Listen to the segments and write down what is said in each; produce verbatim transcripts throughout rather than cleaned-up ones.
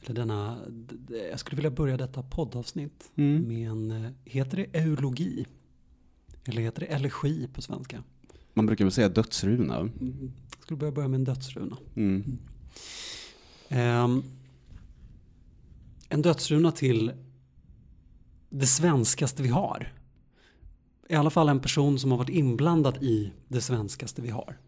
starta denna, jag skulle vilja börja detta poddavsnitt Mm. med en, heter det eulogi? Eller heter det elegi på svenska? Man brukar väl säga dödsruna. Mm. Jag skulle börja börja med en dödsruna. Mm. Um, en dödsruna till det svenskaste vi har. I alla fall en person som har varit inblandad i det svenskaste vi har.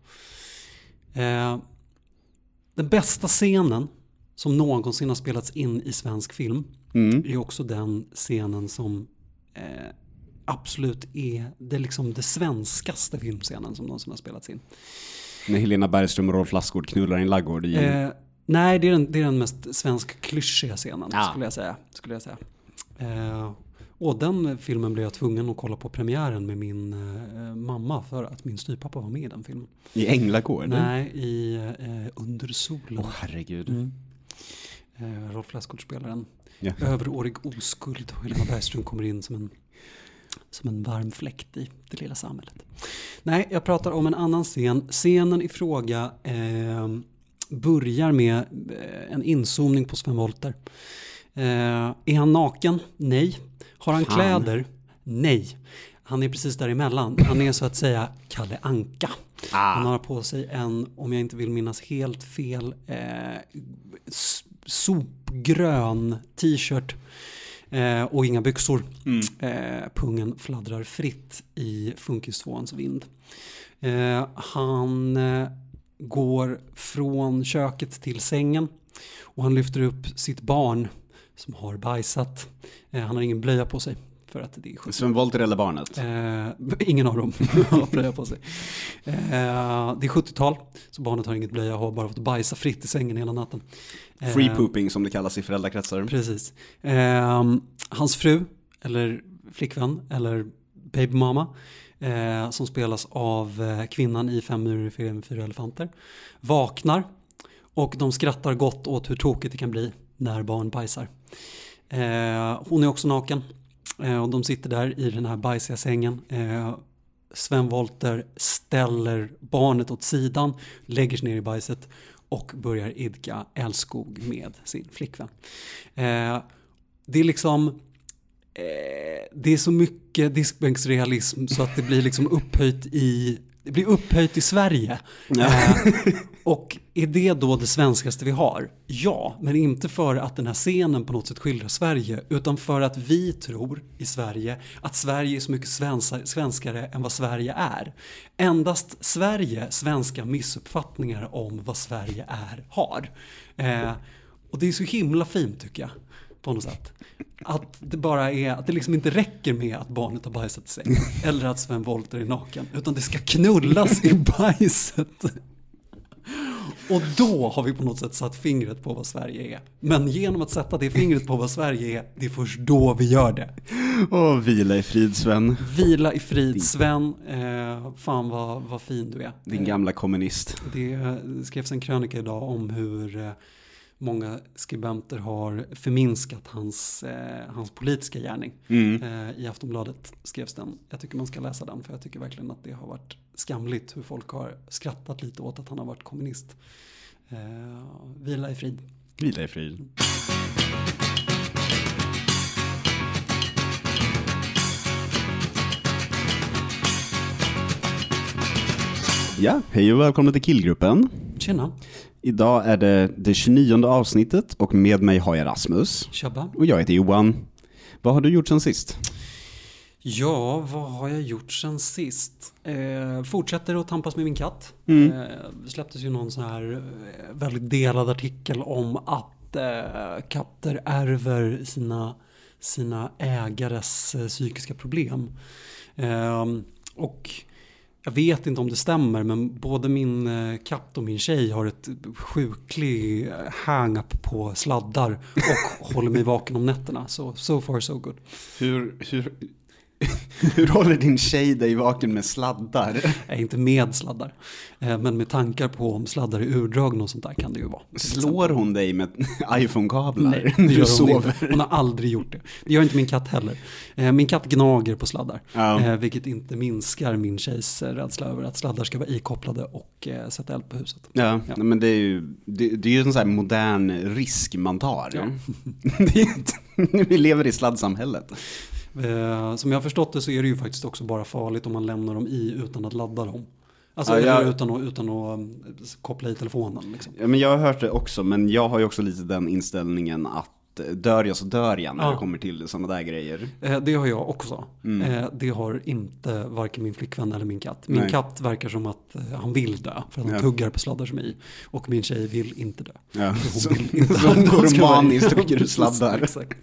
Uh, den bästa scenen som någonsin har spelats in i svensk film Mm. är också den scenen som eh, absolut är det, liksom det svenskaste filmscenen som någonsin har spelats in. När Helena Bergström och Rolf Lassgård knullar i en laggård i en... Eh, nej, det är, den, det är den mest svensk klyschiga scenen, Ja. skulle jag säga. Skulle jag säga. Eh, och den filmen blev jag tvungen att kolla på premiären med min eh, mamma för att min styvpappa var med i den filmen. I Änglagård? Nej, i eh, Under solen. Åh, herregud. Mm. Eh, Rolf Lassgård spelar en Ja. överårig oskuld och Helena Bergström kommer in som en, som en varm fläkt i det lilla samhället. Nej, jag pratar om en annan scen. Scenen i fråga eh, börjar med eh, en inzoomning på Sven Wollter. Eh, är han naken? Nej. Har han Fan. kläder? Nej. Han är precis däremellan. Han är så att säga Kalle Anka. Ah. Han har på sig en, om jag inte vill minnas helt fel, eh, s- sopgrön t-shirt eh, och inga byxor. Mm. Eh, pungen fladdrar fritt i funkistvåans vind. Eh, han eh, går från köket till sängen och han lyfter upp sitt barn som har bajsat. Eh, han har ingen blöja på sig. För att det är sjukt. Sven Wollter eller barnet? Eh, ingen av dem har blöja på sig. Eh, det är sjuttiotal, så barnet har inget blöja och har bara fått bajsa fritt i sängen hela natten. Eh, Free pooping som det kallas i föräldrakretsar. Precis. Eh, hans fru, eller flickvän, eller babymamma, eh, som spelas av eh, kvinnan i Fem myror i fyra, fyra elefanter, vaknar och de skrattar gott åt hur tråkigt det kan bli när barn bajsar. Eh, hon är också naken. Och de sitter där i den här bajsiga sängen. Eh, Sven Wollter ställer barnet åt sidan, lägger sig ner i bajset och börjar idka älskog med sin flickvän. Eh, det är liksom eh, det är så mycket diskbänksrealism så att det blir liksom upphöjt i det blir upphöjt i Sverige. Ja. Eh, och är det då det svenskaste vi har? Ja, men inte för att den här scenen på något sätt skildrar Sverige, utan för att vi tror i Sverige att Sverige är så mycket svenska, svenskare än vad Sverige är. Endast Sverige, svenska missuppfattningar om vad Sverige är, har. Eh, och det är så himla fint tycker jag, på något sätt. Att det bara är, att det liksom inte räcker med att barnet har bajsat i sängen eller att Sven Wollter är naken, utan det ska knullas i bajset. Och då har vi på något sätt satt fingret på vad Sverige är. Men genom att sätta det fingret på vad Sverige är, det är först då vi gör det. Åh, vila i frid, Sven. Vila i frid, Sven. Eh, fan vad, vad fin du är. Din gamla kommunist. Det, det skrevs en krönika idag om hur eh, många skribenter har förminskat hans, eh, hans politiska gärning. Mm. Eh, I Aftonbladet skrevs den. Jag tycker man ska läsa den, för jag tycker verkligen att det har varit skamligt hur folk har skrattat lite åt att han har varit kommunist. Eh, vila i frid. Vila i frid. Ja, hej och välkomna till Killgruppen. Tjena. Idag är det det tjugonionde avsnittet och med mig har jag Rasmus. Tjabba. Och jag heter Johan. Vad har du gjort sen sist? Ja, vad har jag gjort sen sist? Eh, fortsätter att tampas med min katt. Mm. Eh, det släpptes ju någon sån här eh, väldigt delad artikel om att eh, katter ärver sina, sina ägares eh, psykiska problem. Eh, och jag vet inte om det stämmer, men både min eh, katt och min tjej har ett sjuklig eh, hang-up på sladdar och håller mig vaken om nätterna. Så so far so good. Hur, hur, Hur håller din tjej dig vaken med sladdar? Nej, inte med sladdar. Eh, men med tankar på om sladdar är urdragna och sånt där kan det ju vara. Slår hon dig med iPhone-kablar? Nej, det gör hon inte. Hon har aldrig gjort det. Det gör inte min katt heller. Eh, min katt gnager på sladdar. Ja. Eh, vilket inte minskar min tjejs rädsla över att sladdar ska vara ikopplade och eh, sätta eld på huset. Ja, ja. Men det är ju, det, det är ju en sån här modern risk man tar. Ja. Det är inte, vi lever i sladdsamhället. Eh, som jag har förstått det så är det ju faktiskt också bara farligt om man lämnar dem i utan att ladda dem. Alltså ja, jag, utan, att, utan att koppla i telefonen. Liksom. Ja, men jag har hört det också, men jag har ju också lite den inställningen att dör jag så dör jag när ja. det kommer till sådana där grejer. Eh, det har jag också. Mm. Eh, det har inte varken min flickvän eller min katt. Min Nej. katt verkar som att eh, han vill dö för att han ja. tuggar på sladdar som är i. Och min tjej vill inte dö. Ja. Hon så, vill inte så hon går maniskt och trycker sladdar. Exakt.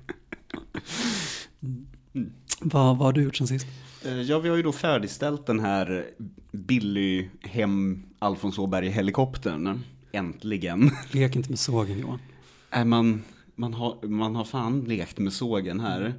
Mm. Mm. Vad, vad har du gjort sen sist? Ja, vi har ju då färdigställt den här Billy hem Alfons Åberg-helikoptern. Äntligen. Lek inte med sågen, Johan. Är man... Man har, man har fan lekt med sågen här.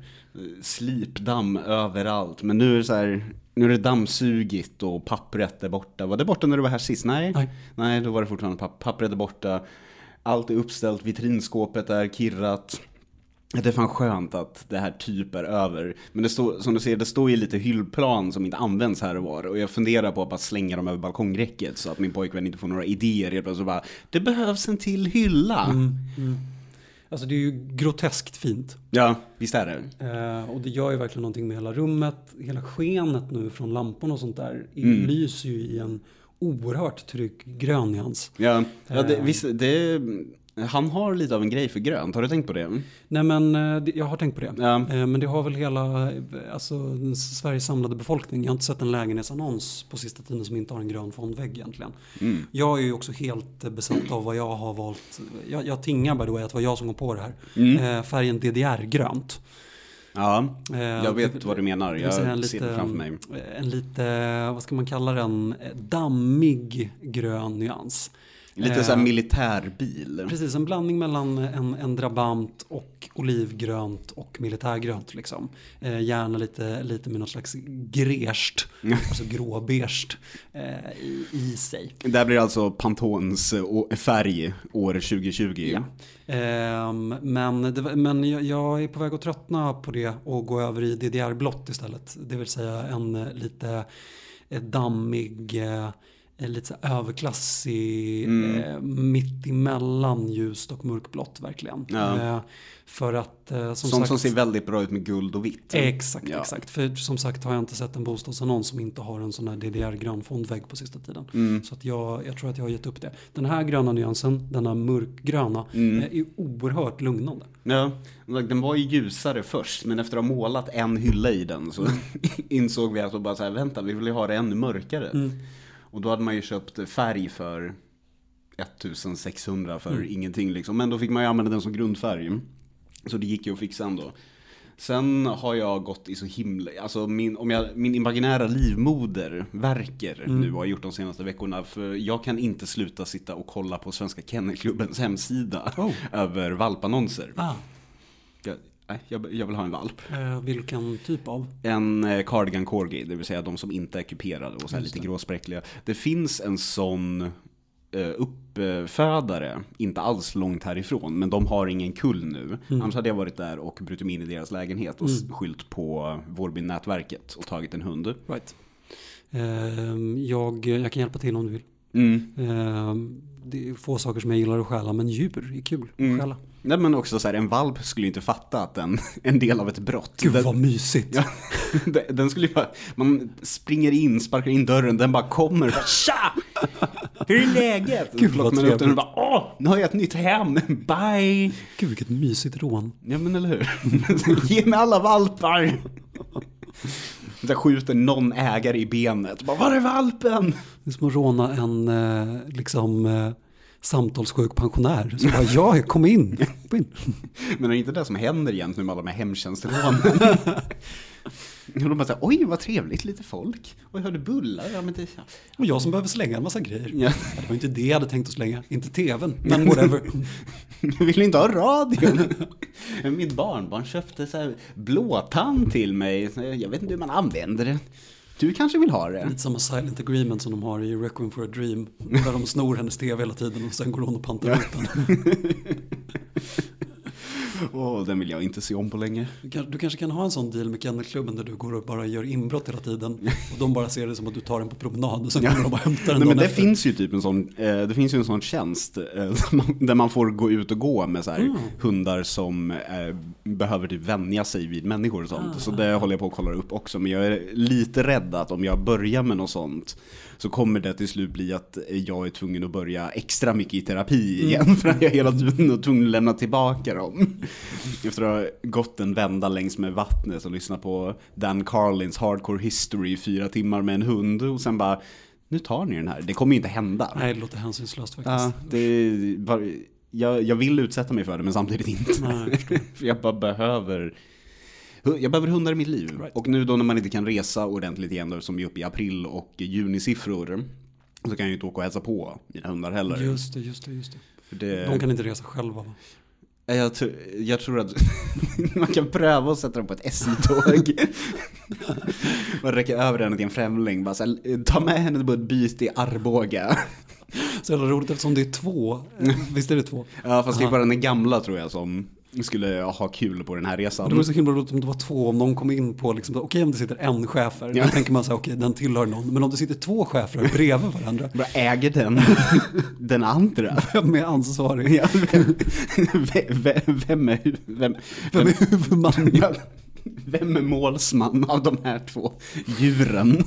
Slipdamm överallt. Men nu är det så här, nu är det dammsugit och pappret är borta. Var det borta när du var här sist? Nej. Nej, Nej då var det fortfarande papp- pappret är borta. Allt är uppställt, vitrinskåpet är kirrat. Det är fan skönt att det här typ är över. Men det står, som du ser, det står ju lite hyllplan som inte används här och var. Och jag funderar på att bara slänga dem över balkongräcket så att min pojkvän inte får några idéer. Så bara, det behövs en till hylla. Mm, mm. Alltså det är ju groteskt fint. Ja, visst är det. Eh, och det gör ju verkligen någonting med hela rummet. Hela skenet nu från lamporna och sånt där mm. lyser ju i en oerhört trygg grön nyans. Ja, ja det, visst, det, han har lite av en grej för grönt. Har du tänkt på det? Nej, men jag har tänkt på det. Ja. Eh, men det har väl hela alltså, Sveriges samlade befolkning. Jag har inte sett en lägenhetsannons på sista tiden som inte har en grön fondvägg egentligen. Mm. Jag är ju också helt besatt av vad jag har valt. Jag, jag tingar by the way att det var jag som kom på det här. Mm. Eh, färgen D D R-grönt. Ja, jag vet det, vad du menar. Jag ser lite, det framför mig. En lite, vad ska man kalla den, dammig grön nyans. Lite så här militärbil. Precis, en blandning mellan en, en drabant och olivgrönt och militärgrönt liksom. Eh, gärna lite, lite med något slags gräst, alltså gråbeige eh, i, i sig. Det blir alltså Pantones färg år tjugo tjugo. Ja. Eh, men det, men jag, jag är på väg att tröttna på det och gå över i D D R-blått istället. Det vill säga en lite dammig... Eh, lite så överklassig, mm. eh, mitt emellan ljust och mörkblått verkligen. Ja. Eh, för att eh, som, som sagt, som ser väldigt bra ut med guld och vitt. Exakt, ja. exakt. För som sagt har jag inte sett en bostadsannons som inte har en sån här D D R-grön fondvägg på sista tiden. Mm. Så att jag, jag tror att jag har gett upp det. Den här gröna nyansen, denna mörkgröna, mm. eh, är oerhört lugnande. Ja, den var ju ljusare först, men efter att ha målat en hylla i den så insåg vi att bara så här, vänta, vi vill ju ha det ännu mörkare. Mm. Och då hade man ju köpt färg för ettusensexhundra för mm. ingenting liksom. Men då fick man ju använda den som grundfärg. Så det gick ju att fixa ändå. Sen har jag gått i så himla... Alltså min, om jag, min imaginära livmoder verkar mm. nu har jag gjort de senaste veckorna. För jag kan inte sluta sitta och kolla på Svenska Kennelklubbens hemsida oh. över valpannonser. Ah. Jag, Jag, jag vill ha en valp. Eh, vilken typ av? En eh, cardigan corgi, det vill säga de som inte är kuperade och så här lite det. gråspräckliga. Det finns en sån eh, uppfödare, inte alls långt härifrån, men de har ingen kull nu. Mm. Annars hade jag varit där och brutit mig in i deras lägenhet och mm. skylt på Vårbyn-nätverket och tagit en hund. Right. Eh, jag, jag kan hjälpa till om du vill. Mm. Eh, det är få saker som jag gillar att stjäla, men djur är kul att mm. stjäla. Nej, men också så här, en valp skulle inte fatta att en, en del av ett brott. Gud den, vad mysigt. Ja, den skulle ju bara, man springer in, sparkar in dörren, den bara kommer och bara, tja! Hur är läget? Gud vad trevligt. Den och bara, åh, nu har jag ett nytt hem, bye! Gud vilket mysigt rån. Ja, men eller hur? Ge mig alla valpar! Där skjuter någon ägare i benet. Bara, var är valpen? Det är som att råna en eh, liksom... Eh, samtalssjuk pensionär. Så bara, ja, kom in. Kom in. Men det är inte det som händer egentligen med alla de här hemtjänstrånen. Och de bara så här, oj vad trevligt, lite folk. Och jag hörde bullar. Ja, men det, ja. Och jag som behöver slänga en massa grejer. Ja. Det var inte det jag hade tänkt att slänga. Inte tvn, men whatever. Jag vill inte ha radion. Mitt barnbarn köpte så här blåtand till mig. Jag vet inte hur man använder det. Du kanske vill ha det. Lite samma silent agreement som de har i Requiem for a Dream. Där de snor hennes tv hela tiden och sen går hon och pantar ut den. Åh, oh, den vill jag inte se om på länge. Du, kan, du kanske kan ha en sån deal med Kennelklubben där du går och bara gör inbrott hela tiden. Och de bara ser det som att du tar den på promenad och sen kommer de bara hämta den. Nej, men det efter. finns ju typ en sån, eh, det finns ju en sån tjänst eh, där, man, där man får gå ut och gå med så här mm. hundar som eh, behöver typ vänja sig vid människor och sånt. Ah. Så det håller jag på att kolla upp också. Men jag är lite rädd att om jag börjar med något sånt så kommer det till slut bli att jag är tvungen att börja extra mycket i terapi igen. Mm. För att jag hela tiden är tvungen att lämna tillbaka dem. Efter att ha gått en vända längs med vattnet och lyssna på Dan Carlins Hardcore History i fyra timmar med en hund. Och sen bara, nu tar ni den här. Det kommer ju inte hända. Nej, det låter hänsynslöst faktiskt. Ja, det bara, jag, jag vill utsätta mig för det, men samtidigt inte. Nej, jag för jag bara behöver... Jag behöver hundar i mitt liv. Right. Och nu då när man inte kan resa ordentligt igen då, som vi är uppe i april och junisiffror, så kan jag ju inte åka och hälsa på mina hundar heller. Just det, just det, just det. det... De kan inte resa själva, va? Jag, t- jag tror att man kan pröva att sätta dem på ett S I-tåg. Man räcker över henne till en främling. Bara så här, ta med henne på ett byte i Arboga. Så jävla roligt eftersom det är två. Visst är det två? Ja, fast Aha. det är bara den gamla tror jag som skulle ha kul på den här resan. Det var så himla roligt om det var två, om någon kom in på liksom, okej okay, om det sitter en chefer, ja. Då tänker man så här, okej okay, den tillhör någon. Men om det sitter två chefer bredvid varandra. Bara äger den den andra. Vem är ansvarig? Ja, vem, vem, vem är vem, vem är huvudman? Ja, vem är målsman av de här två djuren?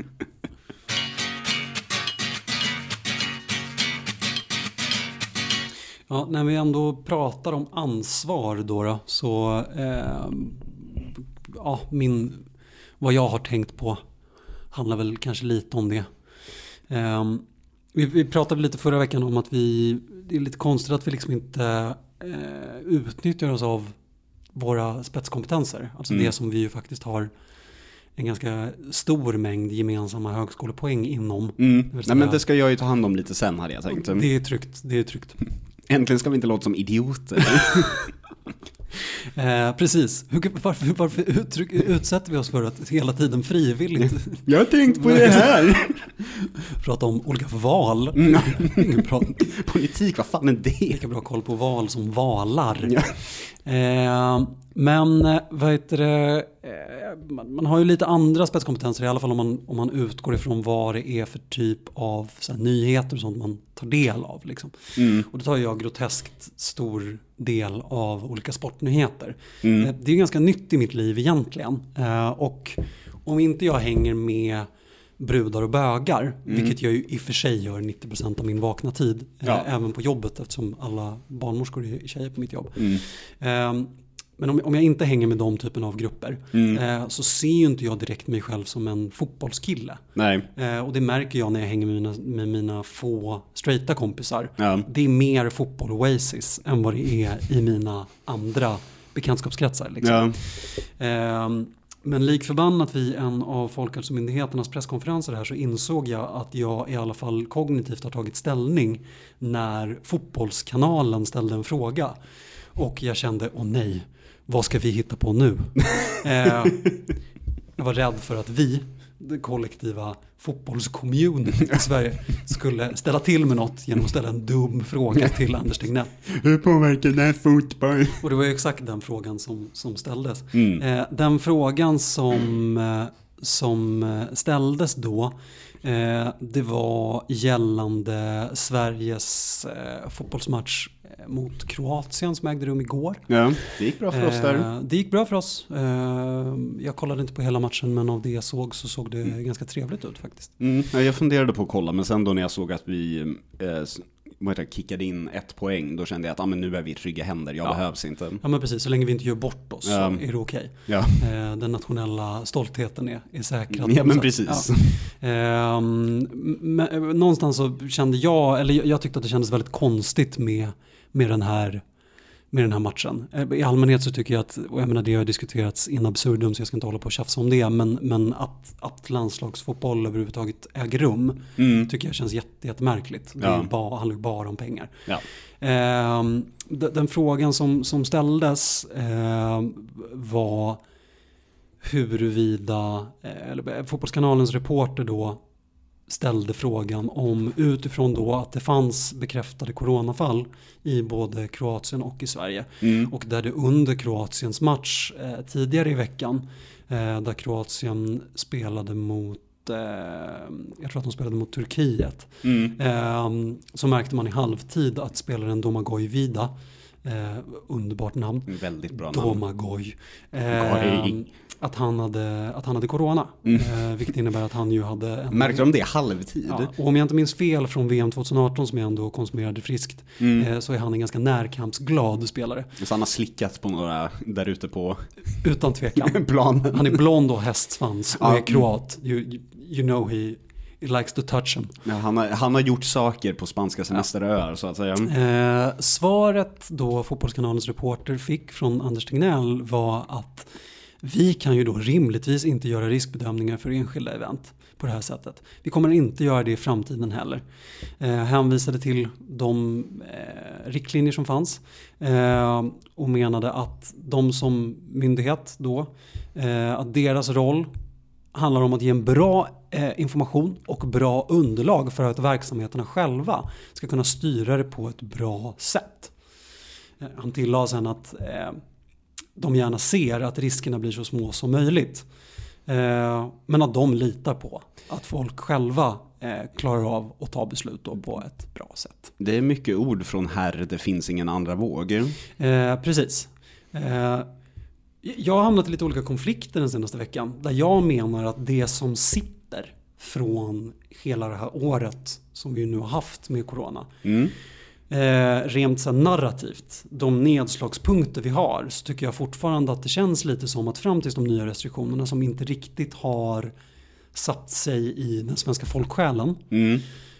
Ja, när vi ändå pratar om ansvar då, då så eh, ja, min, vad jag har tänkt på handlar väl kanske lite om det. Eh, vi, vi pratade lite förra veckan om att vi, det är lite konstigt att vi liksom inte eh, utnyttjar oss av våra spetskompetenser. Alltså mm. det som vi ju faktiskt har en ganska stor mängd gemensamma högskolepoäng inom. Mm. Nej, men det ska jag ju ta hand om lite sen, hade jag tänkt. Det är tryggt, det är tryggt. Äntligen ska vi inte låta som idioter. eh, precis. Hur, varför varför uttryck, utsätter vi oss för att hela tiden frivilligt... Jag har tänkt på det här. Prata om olika val. Mm. bra, Politik, vad fan är det? Lika bra koll på val som valar. Ja. Eh, men vad heter det? Eh, man, man har ju lite andra spetskompetenser, i alla fall om man, om man utgår ifrån vad det är för typ av så här, nyheter och sånt man tar del av. Liksom. Mm. Och då tar jag groteskt stor del av olika sportnyheter. Mm. Eh, det är ganska nytt i mitt liv egentligen. Eh, och om inte jag hänger med brudar och bögar, mm. vilket jag ju i och för sig gör nittio procent av min vakna tid, ja. eh, även på jobbet eftersom alla barnmorskor är tjejer på mitt jobb. Mm. Eh, men om, om jag inte hänger med de typen av grupper mm. eh, så ser ju inte jag direkt mig själv som en fotbollskille. Nej. Eh, och det märker jag när jag hänger med mina, med mina få straighta kompisar. Ja. Det är mer fotboll Oasis än vad det är i mina andra bekantskapskretsar. Liksom. Ja. Eh, Men likförbannat vid en av Folkhälsomyndigheternas presskonferenser här så insåg jag att jag i alla fall kognitivt har tagit ställning när Fotbollskanalen ställde en fråga. Och jag kände, åh nej, vad ska vi hitta på nu? eh, jag var rädd för att vi, det kollektiva fotbollscommunity i Sverige, skulle ställa till med något genom att ställa en dum fråga till Anders Tegnell. Hur påverkar det här fotboll? Och det var ju exakt den frågan som, som ställdes. Mm. Eh, den frågan som, eh, som ställdes då, eh, det var gällande Sveriges eh, fotbollsmatch mot Kroatien som ägde rum igår. Ja, det gick bra för oss där. Eh, det gick bra för oss. Eh, jag kollade inte på hela matchen, men av det jag såg så såg det mm. ganska trevligt ut faktiskt. Mm, jag funderade på att kolla, men sen då när jag såg att vi eh, kickade in ett poäng, då kände jag att ah, men nu är vi i trygga händer, jag ja. behövs inte. Ja, men precis. Så länge vi inte gör bort oss ja. så är det okej. Ja. Eh, den nationella stoltheten är, är säkrad. Ja, men precis. Ja. Eh, men, någonstans så kände jag, eller jag tyckte att det kändes väldigt konstigt med med den här med den här matchen. I allmänhet så tycker jag att, och jag menar det har diskuterats in absurdum så jag ska inte hålla på och tjafsa om det, men, men att, att landslagsfotboll överhuvudtaget äger rum mm. tycker jag känns jätte, jättemärkligt. Det ja. bara, handlar bara om pengar. Ja. Eh, den, den frågan som, som ställdes eh, var huruvida, eh, eller Fotbollskanalens reporter då ställde frågan om utifrån då att det fanns bekräftade coronafall i både Kroatien och i Sverige. Mm. Och där det under Kroatiens match eh, tidigare i veckan eh, där Kroatien spelade mot eh, jag tror att de spelade mot Turkiet mm. eh, så märkte man i halvtid att spelaren Domagoj Vida eh, underbart namn. Väldigt bra namn. Domagoj. Eh, Att han, hade, att han hade corona. Mm. Eh, vilket innebär att han ju hade... En, Märkte de det halvtid? Ja, och om jag inte minns fel från V M tjugo arton som jag ändå konsumerade friskt. Mm. Eh, så är han en ganska närkampsglad spelare. Så han har slickat på några där ute på... Utan tvekan. planen. Han är blond och hästsvans och ja. är kroat. You, you know he... It likes to touch him. Ja, han, har, han har gjort saker på spanska semesteröar ja. så att säga. Eh, svaret då Fotbollskanalens reporter fick från Anders Tegnell var att vi kan ju då rimligtvis inte göra riskbedömningar för enskilda event på det här sättet. Vi kommer inte göra det i framtiden heller. Eh, hänvisade till de eh, riktlinjer som fanns eh, och menade att de som myndighet då, eh, att deras roll handlar om att ge en bra eh, information och bra underlag för att verksamheterna själva ska kunna styra det på ett bra sätt. Eh, han tillade sen att eh, de gärna ser att riskerna blir så små som möjligt. Eh, men att de litar på att folk själva eh, klarar av att ta beslut då på ett bra sätt. Det är mycket ord från här, det finns ingen andra våg. Eh, precis. Eh, jag har hamnat i lite olika konflikter den senaste veckan. Där jag menar att det som sitter från hela det här året som vi nu har haft med corona. Mm. Eh, rent så narrativt, de nedslagspunkter vi har, så tycker jag fortfarande att det känns lite som att fram till de nya restriktionerna som inte riktigt har satt sig i den svenska folksjälen mm.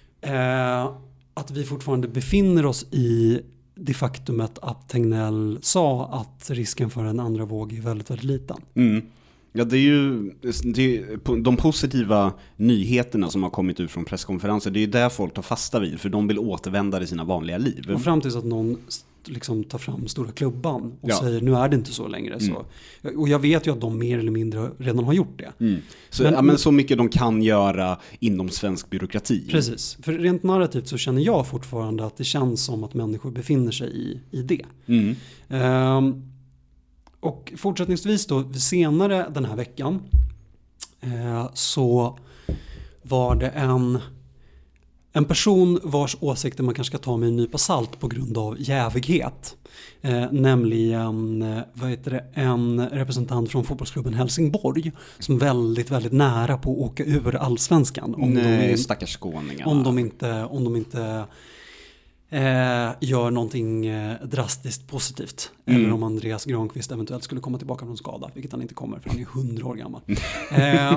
eh, att vi fortfarande befinner oss i det faktumet att Tegnell sa att risken för en andra våg är väldigt, väldigt liten. Mm. Ja, det är ju det är, de positiva nyheterna som har kommit ut från presskonferenser, det är ju där folk tar fasta vid, för de vill återvända i sina vanliga liv. Och fram tills att någon liksom tar fram stora klubban och ja. säger nu är det inte så längre. Mm. Så. Och jag vet ju att de mer eller mindre redan har gjort det. Mm. Så, men, ja, men så mycket de kan göra inom svensk byråkrati. Precis, för rent narrativt så känner jag fortfarande att det känns som att människor befinner sig i, i det. Mm. Um, Och fortsättningsvis då, senare den här veckan eh, så var det en, en person vars åsikter man kanske ska ta med en nypa salt på grund av jävighet. Eh, nämligen eh, vad heter det, en representant från fotbollsklubben Helsingborg som väldigt, väldigt nära på att åka ur allsvenskan. Om Nej, de, stackars skåningarna. Om de inte... Om de inte Eh, gör någonting eh, drastiskt positivt. Mm. Eller om Andreas Granqvist eventuellt skulle komma tillbaka från skada, vilket han inte kommer för han är hundra år gammal. Eh,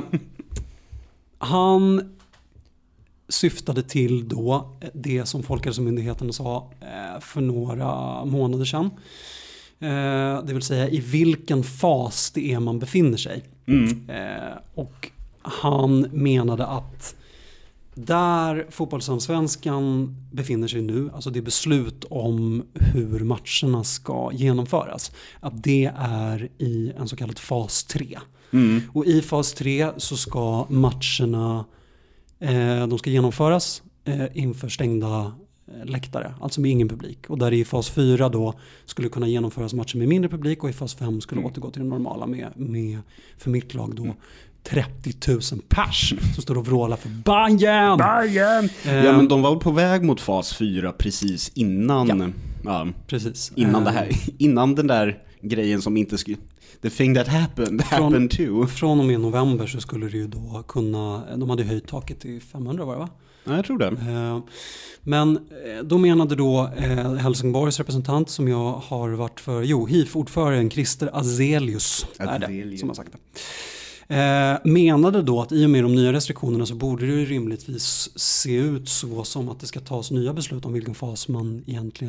han syftade till då det som Folkhälsomyndigheten sa eh, för några månader sedan. Eh, det vill säga i vilken fas det är man befinner sig. Mm. Eh, och han menade att där fotbollsallsvenskan befinner sig nu, alltså det beslut om hur matcherna ska genomföras, att det är i en så kallad fas tre. Mm. Och i fas tre så ska matcherna eh, de ska genomföras eh, inför stängda eh, läktare, alltså med ingen publik. Och där i fas fyra då skulle kunna genomföras matcher med mindre publik och i fas fem skulle mm. återgå till det normala med, med för mitt lag då mm. trettio tusen pers som står och vrålar för Bayern. Bayern! Eh, ja, men de var på väg mot fas fyra precis innan ja, ja, precis. Innan det här, innan den där grejen som inte skulle... The thing that happened, från, happened too. Från och med november så skulle det ju då kunna... De hade höjt taket till femhundra var det va? Ja, jag tror det. Eh, men då menade då eh, Helsingborgs representant som jag har varit för... Jo, H I F-ordföranden Christer Azelius. Är det, som har sagt det. Eh, menade då att i och med de nya restriktionerna så borde det rimligtvis se ut så som att det ska tas nya beslut om vilken fas man egentligen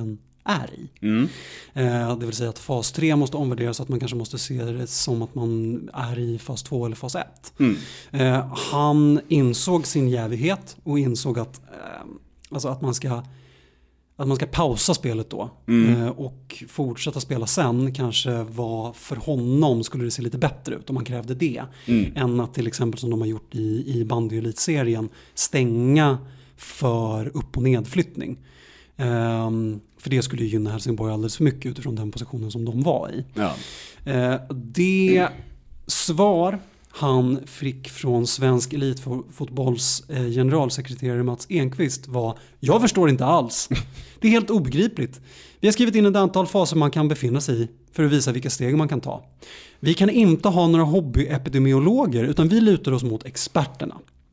är i. Mm. Eh, det vill säga att fas tre måste omvärderas så att man kanske måste se det som att man är i fas två eller fas ett. Mm. Eh, han insåg sin jävighet och insåg att, eh, alltså att man ska Att man ska pausa spelet då Mm. eh, och fortsätta spela sen kanske var för honom skulle det se lite bättre ut om man krävde det. Mm. Än att till exempel som de har gjort i, i bandy-elitserien stänga för upp- och nedflyttning. Um, för det skulle ju gynna Helsingborg alldeles för mycket utifrån den positionen som de var i. Ja. Uh, det svar han fick från svensk elitfotbolls eh, generalsekreterare Mats Enqvist var: jag förstår inte alls. Det är helt obegripligt. Vi har skrivit in ett antal faser man kan befinna sig i för att visa vilka steg man kan ta. Vi kan inte ha några hobbyepidemiologer utan vi lutar oss mot experterna.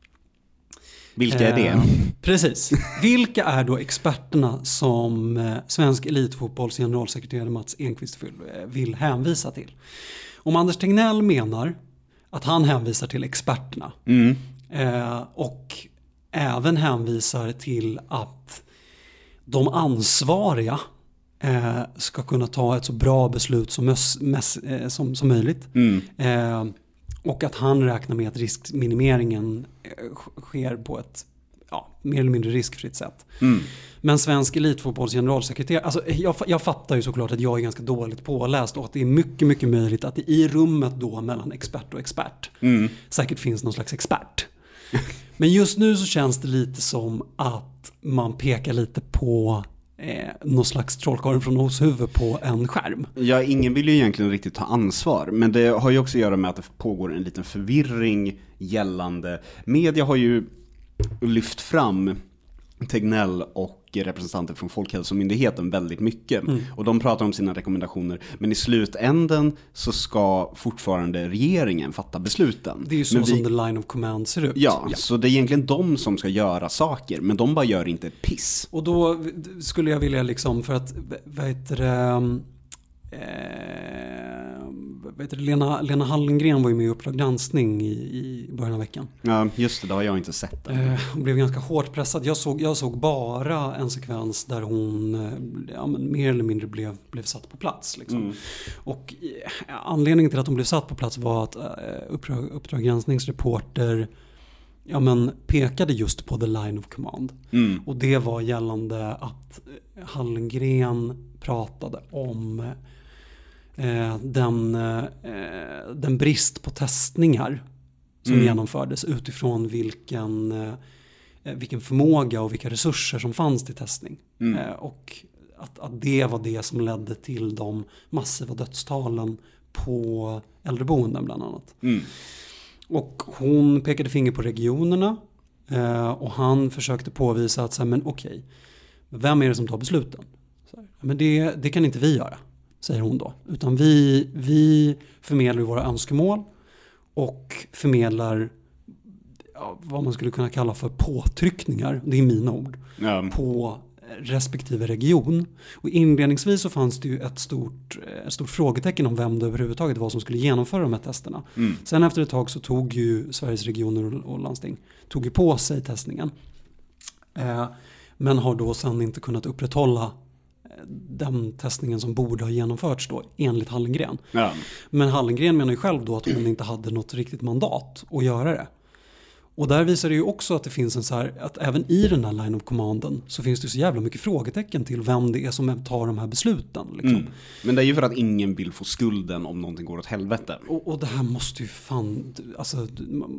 Vilka är det? Eh, precis. Vilka är då experterna som eh, svensk elitfotbolls generalsekreterare Mats Enqvist vill, eh, vill hänvisa till? Om Anders Tegnell menar att han hänvisar till experterna Mm. eh, och även hänvisar till att de ansvariga eh, ska kunna ta ett så bra beslut som, mös, mäs, eh, som, som möjligt. Mm. Eh, och att han räknar med att riskminimeringen eh, sker på ett ja, mer eller mindre riskfritt sätt. Mm. Men svensk elitfotbolls generalsekreterare, alltså jag, jag fattar ju såklart att jag är ganska dåligt påläst och att det är mycket, mycket möjligt att det i rummet då mellan expert och expert Mm. säkert finns någon slags expert. Men just nu så känns det lite som att man pekar lite på eh, någon slags trollkarlen från Oshuvud på en skärm. Ja, ingen vill ju egentligen riktigt ta ansvar, men det har ju också att göra med att det pågår en liten förvirring gällande. Media har ju lyft fram Tegnell och representanter från Folkhälsomyndigheten väldigt mycket. Mm. Och de pratar om sina rekommendationer. Men i slutänden så ska fortfarande regeringen fatta besluten. Det är ju så men som vi... the line of command ser ut. Ja, ja, så det är egentligen de som ska göra saker. Men de bara gör inte ett piss. Och då skulle jag vilja liksom, för att, vad heter det... Eh, vet du, Lena, Lena Hallengren var ju med i Uppdrag granskning i, i början av veckan. Ja, just det, det har jag inte sett. Eh, hon blev ganska hårt pressad. Jag såg, jag såg bara en sekvens där hon ja, men mer eller mindre blev, blev satt på plats. Liksom. Mm. Och eh, anledningen till att hon blev satt på plats var att eh, Uppdrag, Uppdrag granskningsreporter ja, men pekade just på the line of command. Mm. Och det var gällande att Hallengren pratade om eh, den, eh, den brist på testningar som mm. genomfördes utifrån vilken, eh, vilken förmåga och vilka resurser som fanns till testning. Mm. Eh, och att, att det var det som ledde till de massiva dödstalen på äldreboenden bland annat. Mm. Och hon pekade finger på regionerna eh, och han försökte påvisa att så här, men okej, vem är det som tar besluten? Så här, men det, det kan inte vi göra, säger hon då. Utan vi, vi förmedlar våra önskemål och förmedlar ja, vad man skulle kunna kalla för påtryckningar, det är mina ord, ja. på respektive region. Och inledningsvis så fanns det ju ett stort, ett stort frågetecken om vem det överhuvudtaget var som skulle genomföra de här testerna. Mm. Sen efter ett tag så tog ju Sveriges regioner och landsting tog ju på sig testningen. Eh, men har då sen inte kunnat upprätthålla den testningen som borde ha genomförts då enligt Hallengren. Ja. Men Hallengren menar ju själv då att hon inte hade något riktigt mandat att göra det. Och där visar det ju också att det finns en så här, att även i den här line of commanden så finns det så jävla mycket frågetecken till vem det är som tar de här besluten. Liksom. Mm. Men det är ju för att ingen vill få skulden om någonting går åt helvete. Och, och det här måste ju fan, alltså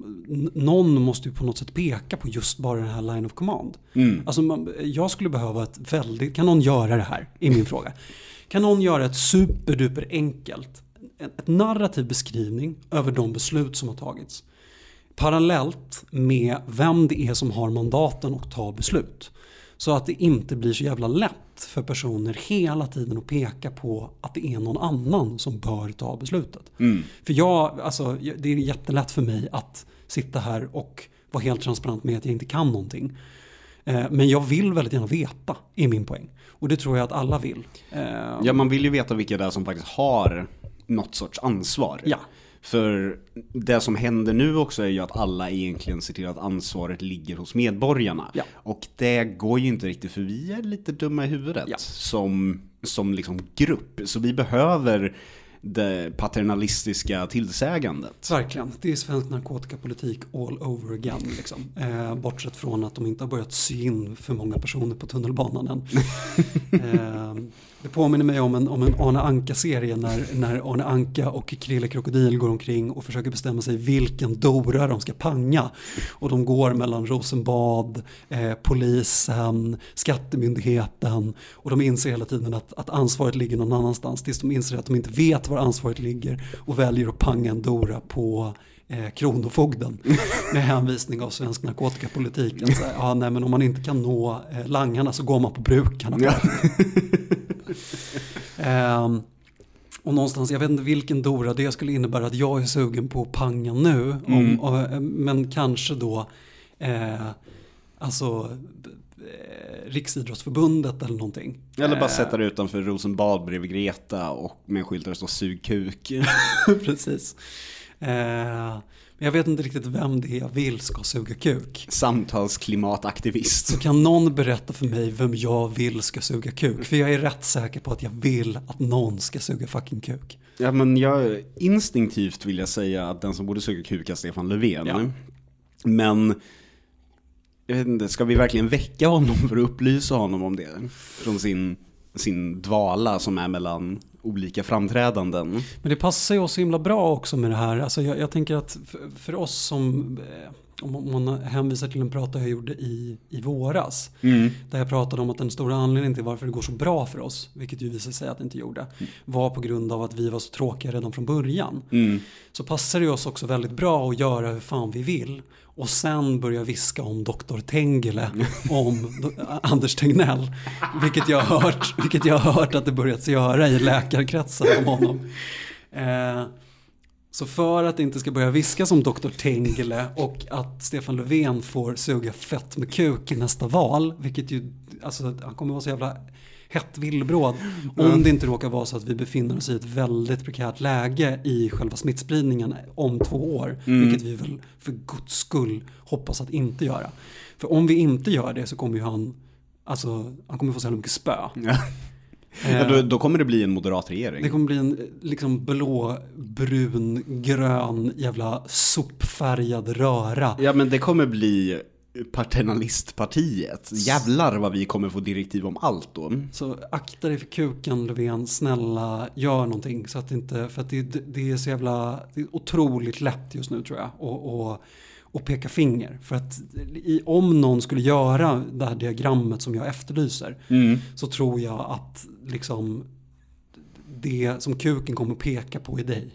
någon måste ju på något sätt peka på just bara den här line of command. Mm. Alltså man, jag skulle behöva ett väldigt, kan någon göra det här i min fråga? Kan någon göra ett superduper enkelt, ett narrativ beskrivning över de beslut som har tagits? Parallellt med vem det är som har mandaten att ta beslut. Så att det inte blir så jävla lätt för personer hela tiden att peka på att det är någon annan som bör ta beslutet. Mm. För jag, alltså, det är jättelätt för mig att sitta här och vara helt transparent med att jag inte kan någonting. Men jag vill väldigt gärna veta, är min poäng. Och det tror jag att alla vill. Ja, man vill ju veta vilka det är som faktiskt har något sorts ansvar. Ja. För det som händer nu också är ju att alla egentligen ser till att ansvaret ligger hos medborgarna. Ja. Och det går ju inte riktigt, för vi är lite dumma i huvudet ja. som, som liksom grupp. Så vi behöver det paternalistiska tillsägandet. Verkligen, det är svensk narkotikapolitik all over again. Liksom. Eh, bortsett från att de inte har börjat sy in för många personer på tunnelbanan än. eh, det påminner mig om en, om en Arne Anka-serie när, när Arne Anka och Krille Krokodil går omkring och försöker bestämma sig vilken dora de ska panga. Och de går mellan Rosenbad, eh, polisen, skattemyndigheten, och de inser hela tiden att, att ansvaret ligger någon annanstans tills de inser att de inte vet var ansvaret ligger och väljer att panga en dora på eh, kronofogden med hänvisning av svensk narkotikapolitik. Att säga, ja, nej, men om man inte kan nå eh, langarna så går man på brukarna. Ja. um, och någonstans, jag vet inte vilken dora det skulle innebära att jag är sugen på att panga nu. Mm. Om, och, men kanske då eh, alltså eh, Riksidrottsförbundet eller någonting. Eller bara eh, sätta det utanför Rosenbad bredvid Greta och med en skylt där det står sug kuk. Precis. Eh, men jag vet inte riktigt vem det är jag vill ska suga kuk. Samtalsklimataktivist. Så kan någon berätta för mig vem jag vill ska suga kuk? För jag är rätt säker på att jag vill att någon ska suga fucking kuk. Ja, men jag instinktivt vill jag säga att den som borde suga kuk är Stefan Löfven. Ja. Men jag vet inte, ska vi verkligen väcka honom för att upplysa honom om det? Från sin, sin dvala som är mellan olika framträdanden. Men det passar ju oss så himla bra också med det här. Alltså jag, jag tänker att för, för oss som, om man hänvisar till en prata jag gjorde i, i våras, mm. där jag pratade om att den stora anledningen till varför det går så bra för oss, vilket ju visade sig att det inte gjorde, mm. var på grund av att vi var så tråkiga redan från början. Mm. Så passar det oss också väldigt bra att göra hur fan vi vill. Och sen börja viska om doktor Tengele, om Anders Tegnell, vilket jag har hört, vilket jag har hört att det börjat göra i läkarkretsar om honom. Eh, så för att det inte ska börja viskas om doktor Tengele och att Stefan Löfven får suga fett med kuk i nästa val, vilket ju, alltså han kommer vara så jävla hett villbråd, om mm. det inte råkar vara så att vi befinner oss i ett väldigt prekärt läge i själva smittspridningen om två år, mm. vilket vi väl för guds skull hoppas att inte göra. För om vi inte gör det så kommer ju han, alltså han kommer få så mycket spö. Ja. Ja, då, då kommer det bli en moderat regering. Det kommer bli en liksom blå, brun, grön jävla sopfärgad röra. Ja, men det kommer bli paternalistpartiet. Jävlar vad vi kommer få direktiv om allt då. Så akta dig för kuken, Löfven. Snälla, gör någonting. Så att det inte, för att det, det är så jävla, det är otroligt lätt just nu tror jag. Och, och, och peka finger. För att i, om någon skulle göra det här diagrammet som jag efterlyser, mm. så tror jag att liksom det som kuken kommer peka på är dig.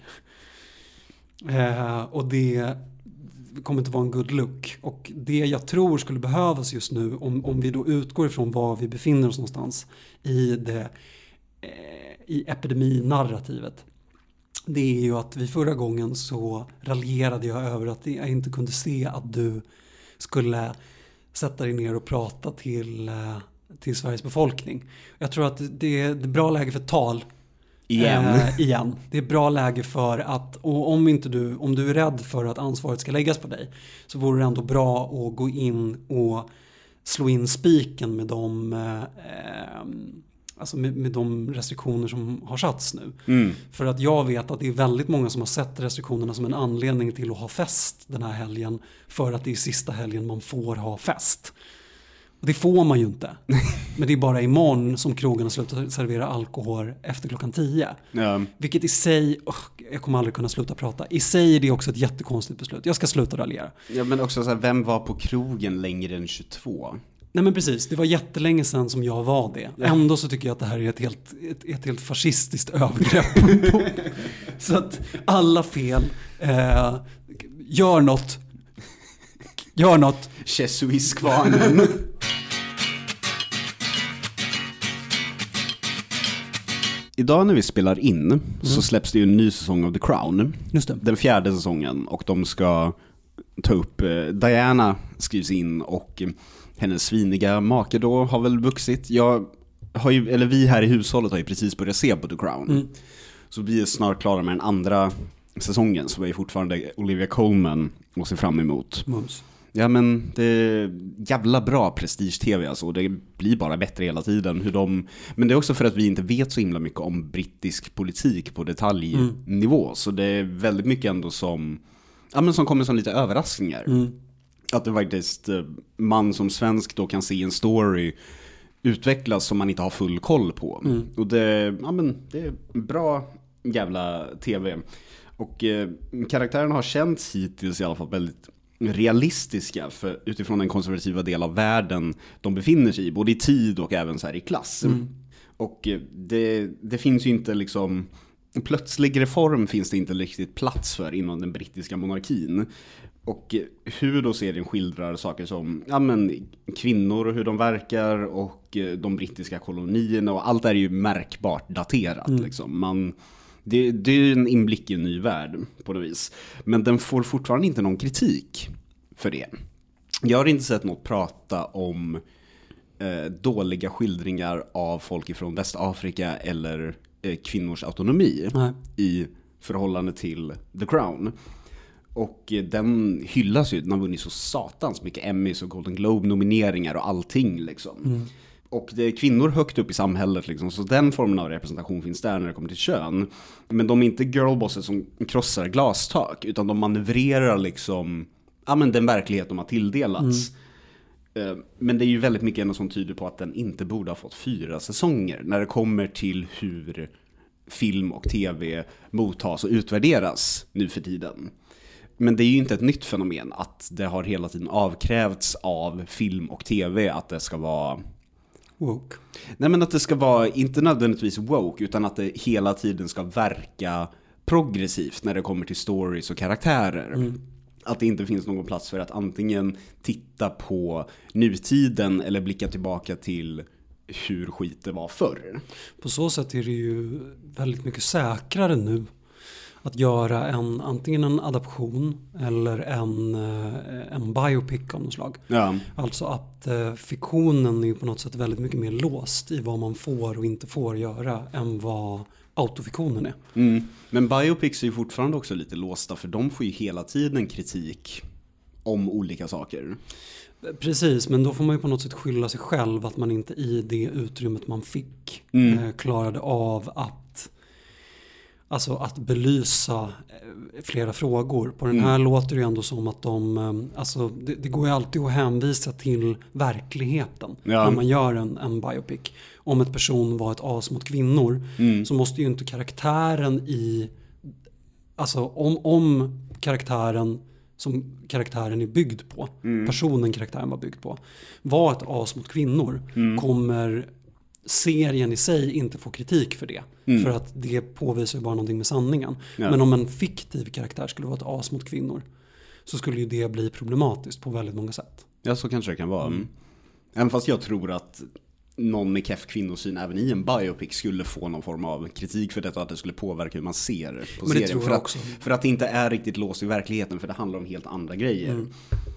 Eh, och det kommer inte vara en good look. Och det jag tror skulle behövas just nu, om, om vi då utgår ifrån var vi befinner oss någonstans i det eh, i epideminarrativet, det är ju att vi förra gången så raljerade jag över att jag inte kunde se att du skulle sätta dig ner och prata till, till Sveriges befolkning. Jag tror att det är ett bra läge för tal. Igen. Eh, igen. Det är bra läge för att, och om inte du, om du är rädd för att ansvaret ska läggas på dig, så vore det ändå bra att gå in och slå in spiken med de eh, alltså med, med de restriktioner som har satts nu. Mm. För att jag vet att det är väldigt många som har sett restriktionerna som en anledning till att ha fest den här helgen, för att det är sista helgen man får ha fest. Och det får man ju inte. Men det är bara imorgon som krogarna slutar servera alkohol efter klockan tio. Ja. Vilket i sig, oh, jag kommer aldrig kunna sluta prata. I sig är det också ett jättekonstigt beslut. Jag ska sluta raljera. Ja, men också så här, vem var på krogen längre än tjugotvå? Nej men precis, det var jättelänge sedan som jag var det. Ja. Ändå så tycker jag att det här är ett helt, ett, ett helt fascistiskt övergrepp. Så att alla fel, eh, gör något. Gör något. Jesuiskvarnen. Idag när vi spelar in mm. så släpps det ju en ny säsong av The Crown. Just det. Den fjärde säsongen, och de ska ta upp eh, Diana skrivs in, och eh, hennes sviniga make då har väl vuxit. Jag har ju, eller vi här i hushållet har ju precis börjat se på The Crown. Mm. Så vi är snart klara med den andra säsongen så är ju fortfarande Olivia Colman och ser fram emot. Mums. Ja, men det är jävla bra prestige-tv alltså, och det blir bara bättre hela tiden hur de, men det är också för att vi inte vet så himla mycket om brittisk politik på detaljnivå, mm. så det är väldigt mycket ändå som ja, men som kommer som lite överraskningar. Mm. Att det faktiskt man som svensk då kan se en story utvecklas som man inte har full koll på. Mm. Och det, ja, men det är bra jävla tv. Och eh, karaktärerna har känts hittills i alla fall väldigt realistiska för, utifrån den konservativa del av världen de befinner sig i, både i tid och även så här i klass. Mm. Och eh, det, det finns ju inte liksom plötslig reform finns det inte riktigt plats för inom den brittiska monarkin. Och hur då serien skildrar saker som ja, men, kvinnor och hur de verkar och de brittiska kolonierna och allt är ju märkbart daterat. Mm. Liksom. Man, det, det är en inblick i en ny värld på något vis. Men den får fortfarande inte någon kritik för det. Jag har inte sett något prata om eh, dåliga skildringar av folk ifrån Västafrika eller eh, kvinnors autonomi. Nej. I förhållande till The Crown. Och den hyllas ju, den har vunnit så satans mycket Emmys och Golden Globe-nomineringar och allting liksom. Mm. Och det är kvinnor högt upp i samhället liksom, så den formen av representation finns där när det kommer till kön. Men de är inte girlbosses som krossar glastak, utan de manövrerar liksom, ja men den verklighet de har tilldelats. Mm. Men det är ju väldigt mycket ändå som tyder på att den inte borde ha fått fyra säsonger när det kommer till hur film och tv mottas och utvärderas nu för tiden. Men det är ju inte ett nytt fenomen att det har hela tiden avkrävts av film och tv att det ska vara woke. Nej, men att det ska vara inte nödvändigtvis woke, utan att det hela tiden ska verka progressivt när det kommer till stories och karaktärer. Mm. Att det inte finns någon plats för att antingen titta på nutiden eller blicka tillbaka till hur skit det var förr. På så sätt är det ju väldigt mycket säkrare nu att göra en, antingen en adaption eller en, en biopic av något slag. Ja. Alltså att eh, fiktionen är på något sätt väldigt mycket mer låst i vad man får och inte får göra än vad autofiktionen är. Mm. Men biopics är ju fortfarande också lite låsta, för de får ju hela tiden kritik om olika saker. Precis, men då får man ju på något sätt skylla sig själv att man inte i det utrymmet man fick mm. eh, klarade av att Alltså att belysa flera frågor. På den här mm. låter det ändå som att de, alltså det, det går ju alltid att hänvisa till verkligheten ja. När man gör en, en biopic. Om ett person var ett as mot kvinnor mm. så måste ju inte karaktären i, alltså om, om karaktären som karaktären är byggd på, mm. personen karaktären var byggd på, var ett as mot kvinnor mm. kommer serien i sig inte får kritik för det. Mm. För att det påvisar ju bara någonting med sanningen. Ja. Men om en fiktiv karaktär skulle vara ett as mot kvinnor så skulle ju det bli problematiskt på väldigt många sätt. Ja, så kanske det kan vara. Mm. Även fast jag tror att någon med keff kvinnosyn även i en biopic skulle få någon form av kritik för detta, att det skulle påverka hur man ser på Men serien. Det tror för, jag att, också. för att det inte är riktigt låst i verkligheten, för det handlar om helt andra grejer. Mm.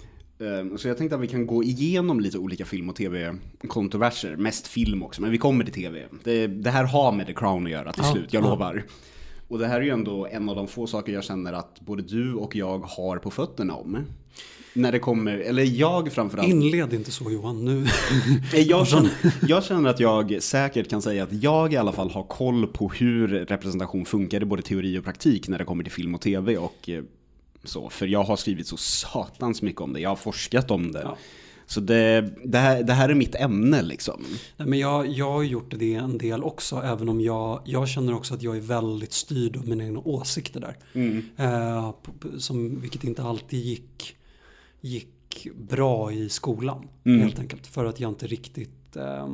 Så jag tänkte att vi kan gå igenom lite olika film- och tv-kontroverser. Mest film också, men vi kommer till tv. Det, det här har med The Crown att göra till ja, slut, jag ja. lovar. Och det här är ju ändå en av de få saker jag känner att både du och jag har på fötterna om. När det kommer, eller jag framförallt. Inled inte så Johan, nu. jag, känner, jag känner att jag säkert kan säga att jag i alla fall har koll på hur representation funkar i både teori och praktik när det kommer till film och tv och så, för jag har skrivit så satans mycket om det. Jag har forskat om det. Ja. Så det, det, här, det här är mitt ämne liksom. Nej, men jag, jag har gjort det en del också, även om jag, jag känner också att jag är väldigt styrd av mina egna åsikter där. Mm. Eh, som, vilket inte alltid gick, gick bra i skolan, mm. helt enkelt. För att jag inte riktigt... Eh,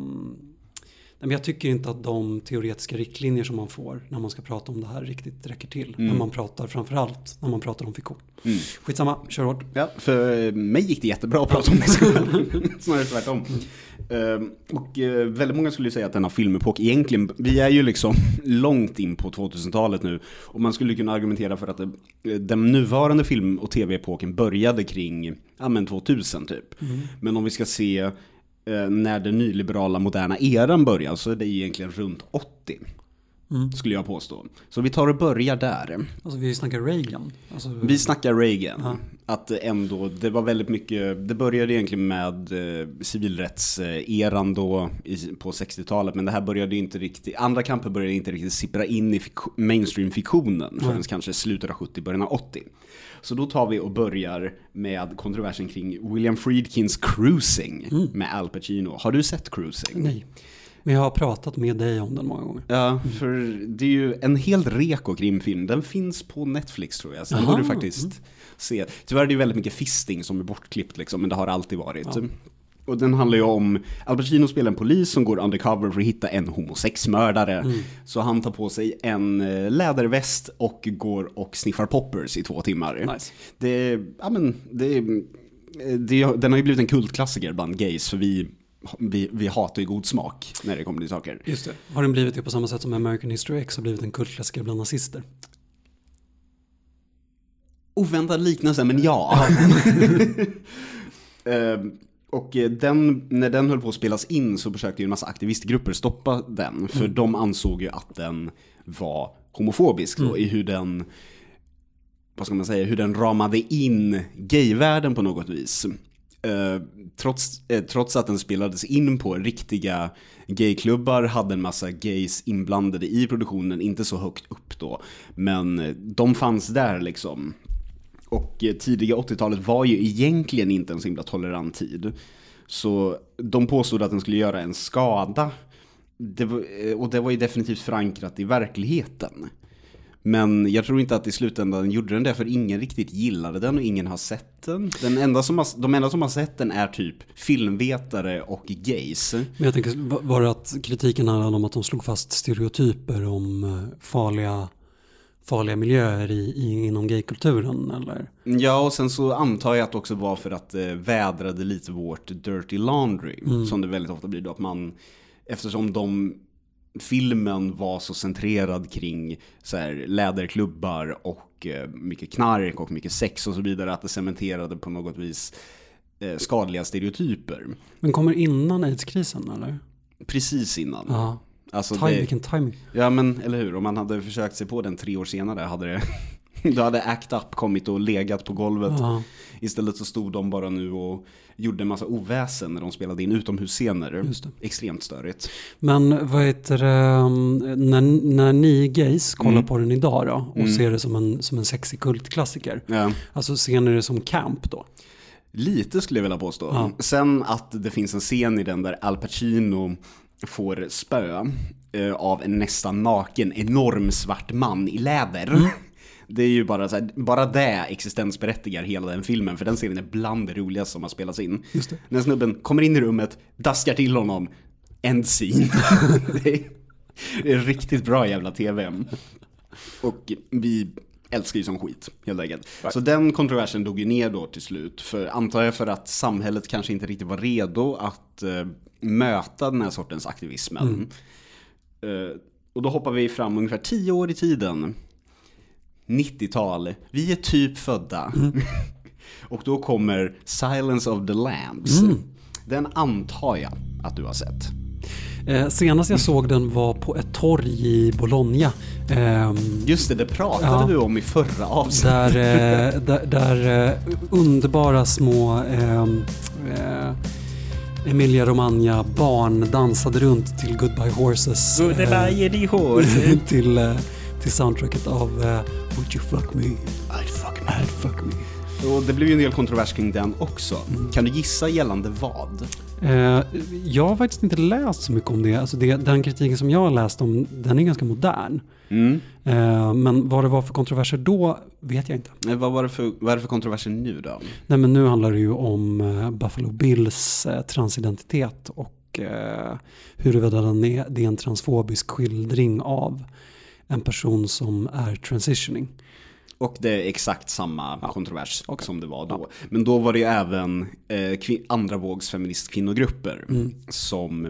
Men jag tycker inte att de teoretiska riktlinjer som man får när man ska prata om det här riktigt räcker till. Mm. När man pratar, framförallt när man pratar om fiktion. Mm. Skitsamma, kör hårt. Ja, för mig gick det jättebra att prata om det i skolan. Snarare tvärtom. Mm. Uh, och uh, väldigt många skulle säga att denna filmepok egentligen, vi är ju liksom långt in på tvåtusentalet nu. Och man skulle kunna argumentera för att det, den nuvarande film- och tv-epoken började kring ja, men tvåtusen typ. Mm. Men om vi ska se när den nyliberala moderna eran börjar så är det egentligen runt åttio. mm. skulle jag påstå. Så vi tar och börjar där. Alltså vi snackar Reagan. Alltså... Vi snackar Reagan. Ja. Att ändå, det var väldigt mycket, det började egentligen med eh, civilrättseran då i, på sextiotalet, men det här började inte riktigt, andra kamper började inte riktigt sippra in i fik- mainstream-fiktionen förrän mm. kanske slutet av sjuttio, början av åttio. Så då tar vi och börjar med kontroversen kring William Friedkins Cruising mm. med Al Pacino. Har du sett Cruising? Nej. Men jag har pratat med dig om den många gånger. Ja, för det är ju en helt reko krimfilm. Den finns på Netflix tror jag. Så den borde du faktiskt mm. se. Tyvärr är det ju väldigt mycket fisting som är bortklippt liksom, men det har alltid varit. Ja. Och den handlar ju om Al Pacino spelar en polis som går undercover för att hitta en homosexmördare. Mm. Så han tar på sig en läderväst och går och sniffar poppers i två timmar. Nice. Det, ja men, det, det, den har ju blivit en kultklassiker bland gays, för vi Vi, vi hatar ju god smak när det kommer till saker. Just det. Har den blivit det på samma sätt som American History X har blivit en kultklassiker bland nazister? Oväntad liknelse, men ja. uh, och den, när den höll på att spelas in så försökte ju en massa aktivistgrupper stoppa den. För mm. de ansåg ju att den var homofobisk mm. då, i hur den, vad ska man säga, hur den ramade in gayvärlden på något vis. Uh, trots, uh, trots att den spelades in på riktiga gayklubbar, hade en massa gays inblandade i produktionen, inte så högt upp då, men uh, de fanns där liksom. Och uh, tidiga åttiotalet var ju egentligen inte en så himla tolerant tid, så de påstod att den skulle göra en skada. Det var, uh, och det var ju definitivt förankrat i verkligheten. Men jag tror inte att i slutändan gjorde den det, för ingen riktigt gillade den och ingen har sett den. Den enda som har, de enda som har sett den är typ filmvetare och gays. Men jag tänker, var det att kritiken handlade om att de slog fast stereotyper om farliga, farliga miljöer i, i, inom gaykulturen, eller? Ja, och sen så antar jag att det också var för att det vädrade lite vårt dirty laundry, mm. som det väldigt ofta blir då, att man, eftersom de... filmen var så centrerad kring så här, läderklubbar och eh, mycket knark och mycket sex och så vidare, att det cementerade på något vis eh, skadliga stereotyper. Men kommer innan AIDS-krisen, eller? Precis innan. Ja. Alltså Time, det, vilken timing. Ja, men eller hur? Om man hade försökt sig på den tre år senare hade det då hade Act Up kommit och legat på golvet. Ja. Istället så stod de bara nu och gjorde en massa oväsen när de spelade in utomhusscener. Just det. Extremt störigt. Men vad heter det, när, när ni gays kollar mm. på den idag då, och mm. ser det som en, som en sexig kultklassiker. Ja. Alltså ser ni det som camp då? Lite skulle jag vilja påstå. Ja. Sen att det finns en scen i den där Al Pacino får spö eh, av en nästan naken, enorm svart man i läder. Mm. Det är ju bara så här, bara det existensberättigar hela den filmen, för den serien är bland det roligaste som har spelats in. Just det. När snubben kommer in i rummet, daskar till honom, end scene. det, är, det är riktigt bra jävla tv. Och vi älskar ju som skit, helt enkelt. Right. Så den kontroversen dog ju ner då till slut, för antar jag för att samhället kanske inte riktigt var redo att uh, möta den här sortens aktivismen. Mm. Uh, och då hoppar vi fram ungefär tio år i tiden. nittiotal. Vi är typ födda. Mm. Och då kommer Silence of the Lambs. Mm. Den antar jag att du har sett. Eh, senast jag såg den var på ett torg i Bologna. Eh, Just det, det pratade ja, du om i förra avsnittet. Där, eh, där, där eh, underbara små eh, eh, Emilia Romagna barn dansade runt till Goodbye Horses. Goodbye eh, Horses. till... Eh, till soundtracket av uh, Would You Fuck Me? I'd fuck me. I'd fuck me. Och det blev ju en del kontrovers kring den också. Mm. Kan du gissa gällande vad? Uh, jag har faktiskt inte läst så mycket om det. Alltså det, den kritiken som jag har läst om, den är ganska modern. Mm. Uh, men vad det var för kontroverser då vet jag inte. Uh, vad, var det för, vad är det för kontroverser nu då? Nej, men nu handlar det ju om uh, Buffalo Bills uh, transidentitet och uh, huruvida den är, det är en transfobisk skildring av en person som är transitioning. Och det är exakt samma ja. kontrovers okay. som det var då. Ja. Men då var det ju även eh, kvin- andra vågs feministkvinnogrupper mm. som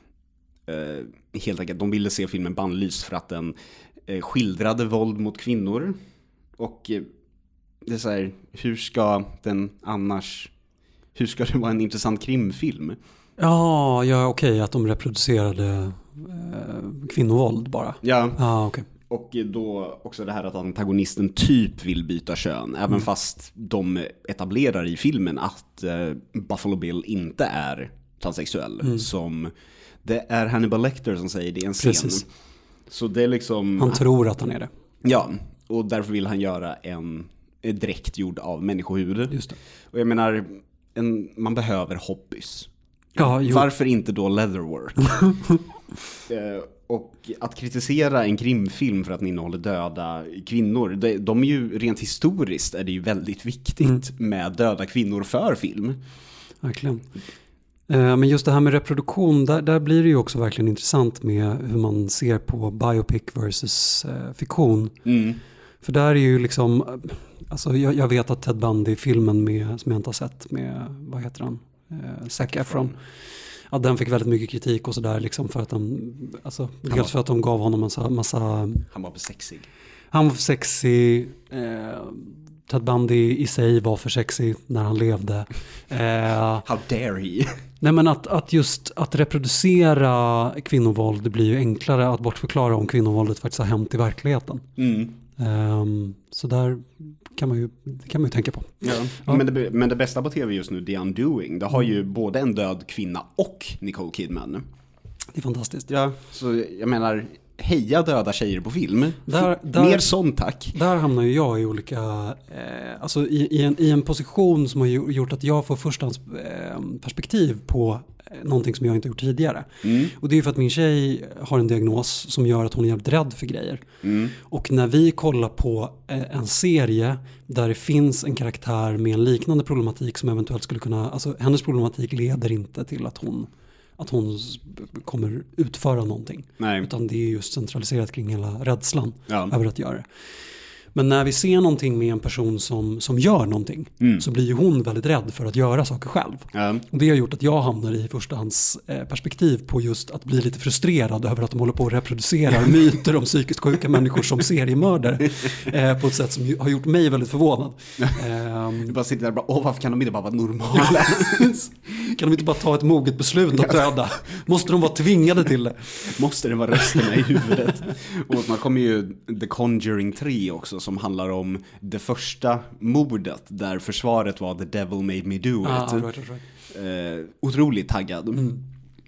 eh, helt enkelt, de ville se filmen bannlyst för att den eh, skildrade våld mot kvinnor. Och eh, det är så här, hur ska den annars, hur ska det vara en intressant krimfilm? Ja, ja okej, okay, att de reproducerade eh, kvinnovåld bara. Ja. Ah, okay. Och då också det här att antagonisten typ vill byta kön. Även mm. fast de etablerar i filmen att eh, Buffalo Bill inte är transsexuell. Mm. Som det är Hannibal Lecter som säger det i en scen. Precis. Så det är liksom... Han tror att han är det. Ja, och därför vill han göra en, en dräkt gjord av människohud. Just det. Och jag menar, en, man behöver hobbys. Ja, varför inte då leatherwork? eh, och att kritisera en krimfilm för att den innehåller döda kvinnor, de, de är ju rent historiskt är det ju väldigt viktigt mm. med döda kvinnor för film. Verkligen. Eh, men just det här med reproduktion, där, där blir det ju också verkligen intressant med hur man ser på biopic versus eh, fiktion. Mm. För där är ju liksom, alltså jag, jag vet att Ted Bundy-filmen med, som jag inte har sett med, vad heter han? Eh, Zac Efron. Att den fick väldigt mycket kritik och sådär liksom för att de, alltså dels var, för att de gav honom en massa, massa... Han var för sexig. Han var för sexig. Eh, Ted Bundy i sig var för sexig när han levde. Eh, How dare he? Nej, men att, att just att reproducera kvinnovåld, det blir ju enklare att bortförklara om kvinnovåldet faktiskt har hänt i verkligheten. Mm. Um, så där kan man ju, kan man ju tänka på. Ja. Ja. Men, det, men det bästa på tv just nu, The Undoing, det har ju både en död kvinna och Nicole Kidman. Det är fantastiskt. Ja, så jag menar, heja döda tjejer på film. Där, där, Mer sånt, tack. Där hamnar ju jag i olika, eh, alltså i, i, en, i en position som har gjort att jag får förstahands eh, perspektiv på någonting som jag inte gjort tidigare. Mm. Och det är för att min tjej har en diagnos som gör att hon är jävligt rädd för grejer. Mm. Och när vi kollar på en serie där det finns en karaktär med en liknande problematik som eventuellt skulle kunna, alltså hennes problematik leder inte till att hon att hon kommer utföra någonting. Nej. Utan det är just centraliserat kring hela rädslan ja. över att göra det. Men när vi ser någonting med en person som, som gör någonting mm. så blir ju hon väldigt rädd för att göra saker själv. Ja. Och det har gjort att jag hamnar i förstahands eh, perspektiv på just att bli lite frustrerad över att de håller på att reproducera myter om psykiskt sjuka människor som seriemördare eh, på ett sätt som ju, har gjort mig väldigt förvånad. Eh, du bara sitter där och bara, åh, varför kan de inte bara vara normala? Kan de inte bara ta ett moget beslut att döda? Måste de vara tvingade till det? Måste det vara rösterna i huvudet? Och man kommer ju The Conjuring tre också, som handlar om det första mordet där försvaret var The Devil Made Me Do It. Ah, right, right, right. Eh, otroligt taggad. Mm.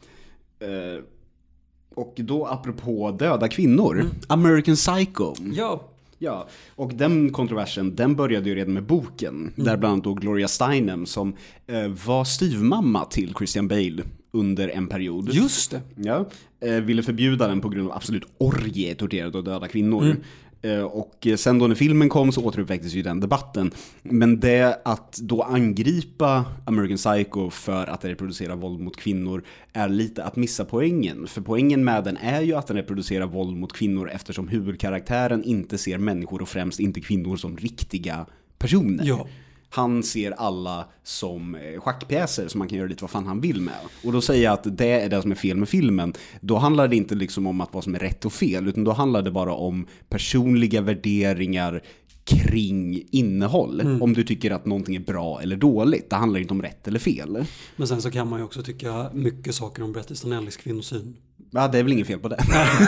Eh, och då apropå döda kvinnor, mm. American Psycho. Ja. Ja, och den kontroversen, den började ju redan med boken. Mm. Där bland annat då Gloria Steinem som eh, var styvmamma till Christian Bale under en period. Just det. Ja, eh, ville förbjuda den på grund av absolut orgie, torterade och döda kvinnor. Mm. Och sen då när filmen kom så återuppväcktes ju den debatten. Men det att då angripa American Psycho för att reproducera våld mot kvinnor är lite att missa poängen. För poängen med den är ju att den reproducerar våld mot kvinnor eftersom huvudkaraktären inte ser människor och främst inte kvinnor som riktiga personer. Ja. Han ser alla som schackpjäser som man kan göra lite vad fan han vill med. Och då säger jag att det är det som är fel med filmen. Då handlar det inte liksom om att vad som är rätt och fel, utan då handlar det bara om personliga värderingar kring innehåll. Mm. Om du tycker att någonting är bra eller dåligt. Det handlar inte om rätt eller fel. Men sen så kan man ju också tycka mycket saker om Bret Easton Ellis kvinnosyn. Ja, det är väl ingen fel på det.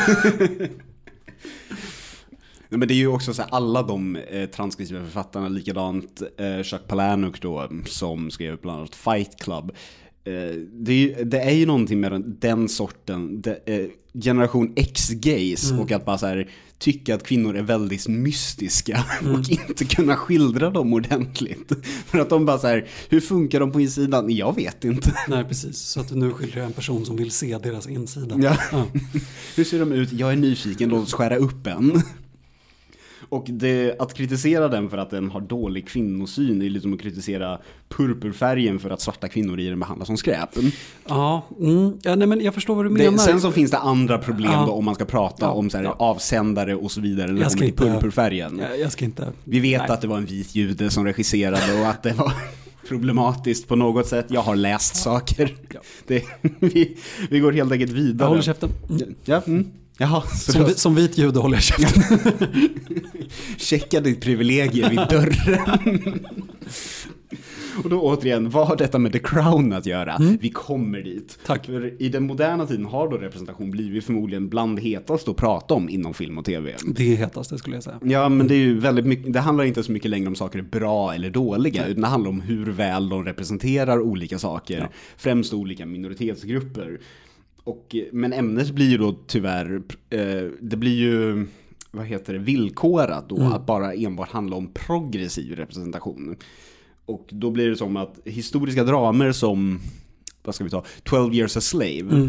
Men det är ju också så här, alla de eh, transkriptiva författarna, likadant eh, Chuck Palahniuk då, som skrev bland annat Fight Club. Eh, det, är ju, det är ju någonting med den, den sorten, de, eh, generation X-gays mm. och att bara så här, tycka att kvinnor är väldigt mystiska mm. och inte kunna skildra dem ordentligt. För att de bara så här, hur funkar de på insidan? Jag vet inte. Nej, precis. Så att du nu skildrar en person som vill se deras insida. Ja. Ja. Hur ser de ut? Jag är nyfiken, låt oss skära upp en. Och det, att kritisera den för att den har dålig kvinnosyn är liksom att kritisera purpurfärgen för att svarta kvinnor i den behandlas som skräp. Ja, mm. ja nej, men jag förstår vad du menar. Det, sen så finns det andra problem ja. då, om man ska prata ja. om så här, ja. avsändare och så vidare. När jag ska inte, purpurfärgen. Jag, jag ska inte. Vi vet nej. att det var en vit jude som regisserade och att det var problematiskt på något sätt. Jag har läst ja. saker. Ja. Det, vi, vi går helt enkelt vidare. Jag håller käften. Mm. Ja, mm. Jaha, som, vi, som vit jude håller jag käften. Checka ditt privilegium vid dörren. Och då återigen, vad har detta med The Crown att göra? Mm. Vi kommer dit. Tack. För i den moderna tiden har då representation blivit förmodligen bland hetast att prata om inom film och tv. Det är hetast, skulle jag säga. Ja, men det är ju väldigt mycket, det handlar inte så mycket längre om saker är bra eller dåliga, Nej. utan det handlar om hur väl de representerar olika saker, ja. främst olika minoritetsgrupper. Och, men ämnet blir ju då tyvärr, eh, det blir ju, vad heter det, villkorat då, mm. att bara enbart handla om progressiv representation. Och då blir det som att historiska dramer som, vad ska vi ta, twelve years a slave, mm.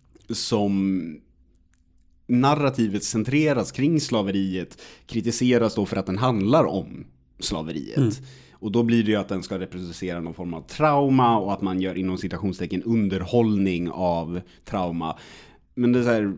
som narrativet centreras kring slaveriet, kritiseras då för att den handlar om slaveriet. Mm. Och då blir det ju att den ska representera någon form av trauma och att man gör inom citationstecken underhållning av trauma. Men det är så här,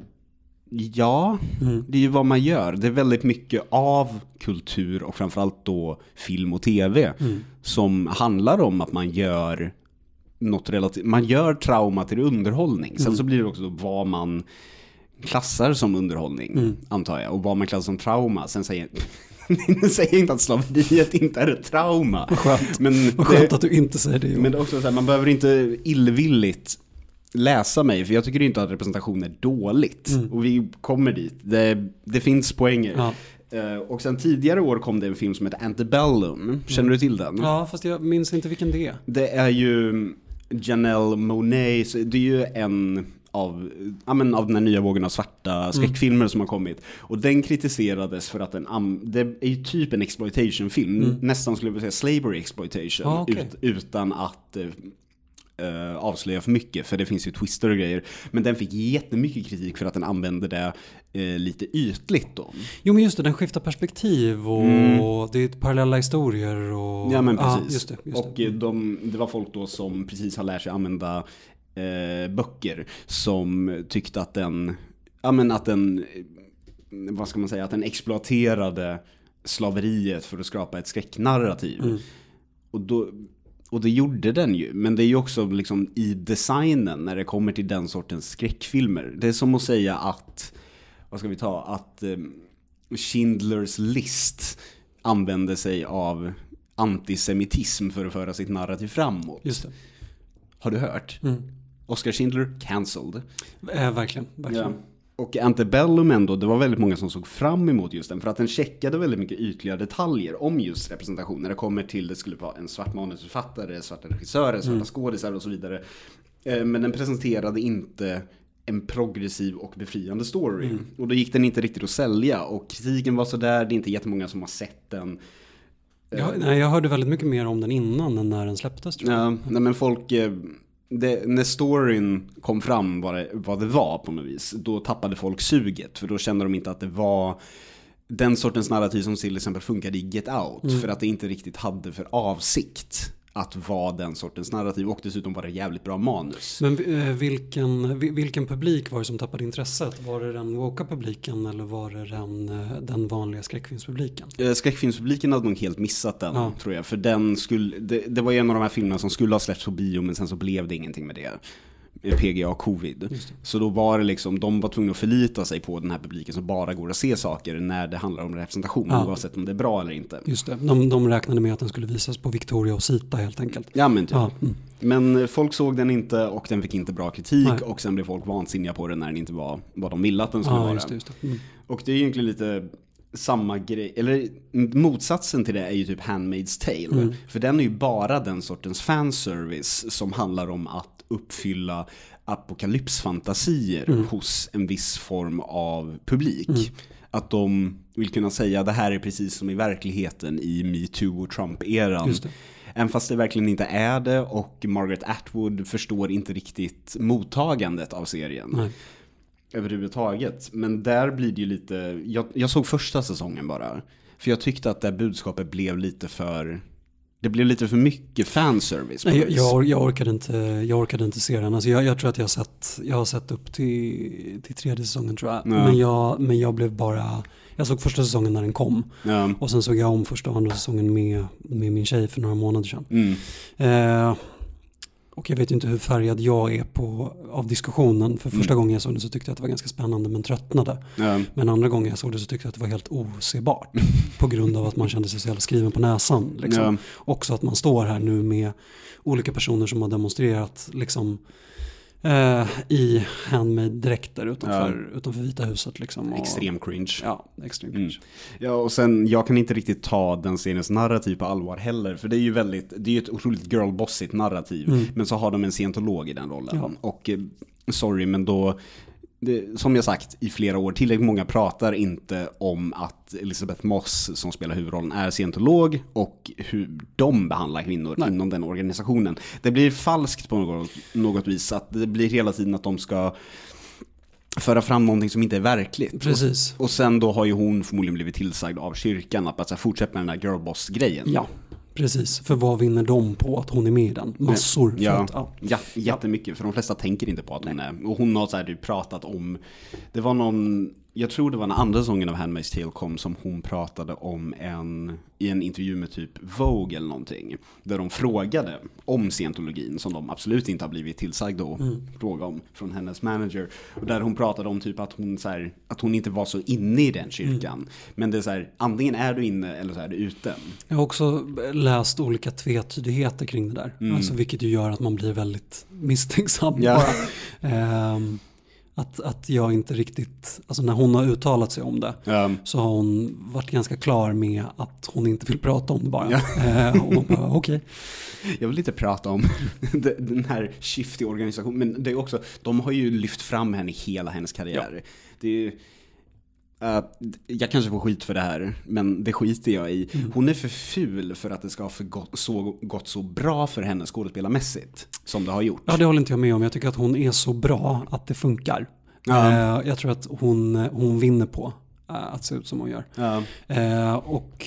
ja, mm. det är ju vad man gör. Det är väldigt mycket av kultur och framförallt då film och tv mm. som handlar om att man gör något relativt, man gör trauma till underhållning. Sen mm. så blir det också då vad man klassar som underhållning, mm. antar jag, och vad man klassar som trauma. Sen säger jag säger inte att slaveriet inte är ett trauma. Vad skönt, men vad skönt det, att du inte säger det. Men det är också så här, man behöver inte illvilligt läsa mig, för jag tycker inte att representation är dåligt. Mm. Och vi kommer dit. Det, det finns poänger. Ja. Uh, och sen tidigare år kom det en film som heter Antebellum. Känner mm. du till den? Ja, fast jag minns inte vilken det är. Det är ju Janelle Monáe. Det är ju en av, ja, men av den här nya vågen av svarta skräckfilmer mm. som har kommit. Och den kritiserades för att den, det är ju typ en exploitation-film. Mm. Nästan skulle jag säga slavery exploitation. Ah, okay. ut, utan att uh, avslöja för mycket. För det finns ju twister och grejer. Men den fick jättemycket kritik för att den använde det uh, lite ytligt då. Jo, men just det, den skiftar perspektiv och mm. det är parallella historier. Och... Ja, men precis. Ah, just det, just och det. De, det var folk då som precis har lärt sig använda Eh, böcker som tyckte att den, ja men att den, vad ska man säga, att den exploaterade slaveriet för att skapa ett skräcknarrativ. Mm. Och då, och det gjorde den ju, men det är ju också liksom i designen när det kommer till den sortens skräckfilmer. Det är som att säga att, vad ska vi ta, att eh, Schindler's List använde sig av antisemitism för att föra sitt narrativ framåt. Just det. Har du hört? Mm. Oscar Schindler cancelled. Äh, verkligen, verkligen. Ja. Och Antebellum ändå, det var väldigt många som såg fram emot just den. För att den checkade väldigt mycket ytliga detaljer om just representation. När det kommer till, det skulle vara en svart manusförfattare, svarta regissörer, svarta mm. skådisar och så vidare. Men den presenterade inte en progressiv och befriande story. Mm. Och då gick den inte riktigt att sälja. Och kritiken var så där, det är inte jättemånga som har sett den. Jag, nej, jag hörde väldigt mycket mer om den innan än när den släpptes, tror jag. Ja, nej, men folk, det, när storyn kom fram vad det, vad det var på något vis, då tappade folk suget. För då kände de inte att det var den sortens narrativ som till exempel funkade i Get Out. Mm. För att det inte riktigt hade för avsikt att vara den sortens narrativ. Och dessutom var det jävligt bra manus. Men vilken, vilken publik var det som tappade intresset? Var det den woka publiken eller var det den, den vanliga skräckfilmspubliken? Skräckfilmspubliken hade nog helt missat den, ja. tror jag. För den skulle, det, det var en av de här filmerna som skulle ha släppts på bio, men sen så blev det ingenting med det. P G A covid. Så då var det liksom, de var tvungna att förlita sig på den här publiken som bara går att se saker när det handlar om representation, ja. oavsett om det är bra eller inte. Just det, de, de räknade med att den skulle visas på Victoria och Sita helt enkelt. Ja, men typ. Ja. Mm. Men folk såg den inte och den fick inte bra kritik. Nej. Och sen blev folk vansinniga på den när den inte var vad de ville att den skulle ja, vara. Just det, just det. Mm. Och det är egentligen lite samma grej, eller motsatsen till det är ju typ Handmaid's Tale. Mm. För den är ju bara den sortens fanservice som handlar om att uppfylla apokalypsfantasier mm. hos en viss form av publik. Mm. Att de vill kunna säga det här är precis som i verkligheten i MeToo och Trump-eran. Även fast det verkligen inte är det, och Margaret Atwood förstår inte riktigt mottagandet av serien. Nej. Överhuvudtaget. Men där blir det ju lite, jag, jag såg första säsongen bara. För jag tyckte att det budskapet blev lite för, det blev lite för mycket fanservice. Nej, jag, jag, jag, orkade inte, jag orkade inte se den. Alltså jag, jag tror att jag har sett, jag har sett upp till, till tredje säsongen, tror jag. Ja. Men, jag. Men jag blev bara, jag såg första säsongen när den kom. Ja. Och sen såg jag om första och andra säsongen med, med min tjej för några månader sedan. Mm. Eh, Och jag vet inte hur färgad jag är på, av diskussionen. För första mm. gången jag såg det så tyckte jag att det var ganska spännande men tröttnade. Ja. Men andra gången jag såg det så tyckte jag att det var helt osebart. På grund av att man kände sig så jävla skriven på näsan. Liksom. Ja. Också att man står här nu med olika personer som har demonstrerat liksom, eh, i handmade-dräkter utanför, ja. utanför Vita huset. Liksom, och, extrem cringe. Ja, extrem cringe. Mm. Ja, och sen jag kan inte riktigt ta den seriens narrativ på allvar heller. För det är ju väldigt, det är ju ett otroligt girlbossigt narrativ. Mm. Men så har de en scientolog i den rollen. Ja. Och sorry, men då... Det, som jag sagt i flera år, tillräckligt många pratar inte om att Elizabeth Moss som spelar huvudrollen är scientolog och hur de behandlar kvinnor Nej. inom den organisationen. Det blir falskt på något, något vis, att det blir hela tiden att de ska föra fram någonting som inte är verkligt. Precis. Och, och sen då har ju hon förmodligen blivit tillsagd av kyrkan att bara fortsätta med den här girlboss-grejen. Ja. Precis, för vad vinner de på att hon är med i den? Massor. För ja, att, ja. ja, jättemycket, för de flesta tänker inte på att hon är. Och hon har så här pratat om, det var någon, jag tror det var den andra säsongen av Handmaid's Tale kom som hon pratade om en, i en intervju med typ Vogue eller någonting. Där de frågade om scientologin som de absolut inte har blivit tillsagda och mm. fråga om från hennes manager. Och där hon pratade om typ att hon, så här, att hon inte var så inne i den kyrkan. Mm. Men det är så här, antingen är du inne eller så är du ute. Jag har också läst olika tvetydigheter kring det där. Mm. Alltså, vilket ju gör att man blir väldigt misstänksam ja. bara. um, Att, att jag inte riktigt, alltså när hon har uttalat sig om det um. så har hon varit ganska klar med att hon inte vill prata om det bara. Ja. Eh, och bara, okej. Jag vill inte prata om den här shift i organisationen, men det är också, de har ju lyft fram henne hela hennes karriär. Ja. Det är ju, Uh, jag kanske får skit för det här, men det skiter jag i. Mm. Hon är för ful för att det ska ha för gått, så, gått så bra för henne skådespelarmässigt som det har gjort. Ja, det håller inte jag med om. Jag tycker att hon är så bra att det funkar. Uh. Uh, jag tror att hon, hon vinner på uh, att se ut som hon gör. Uh. Uh, och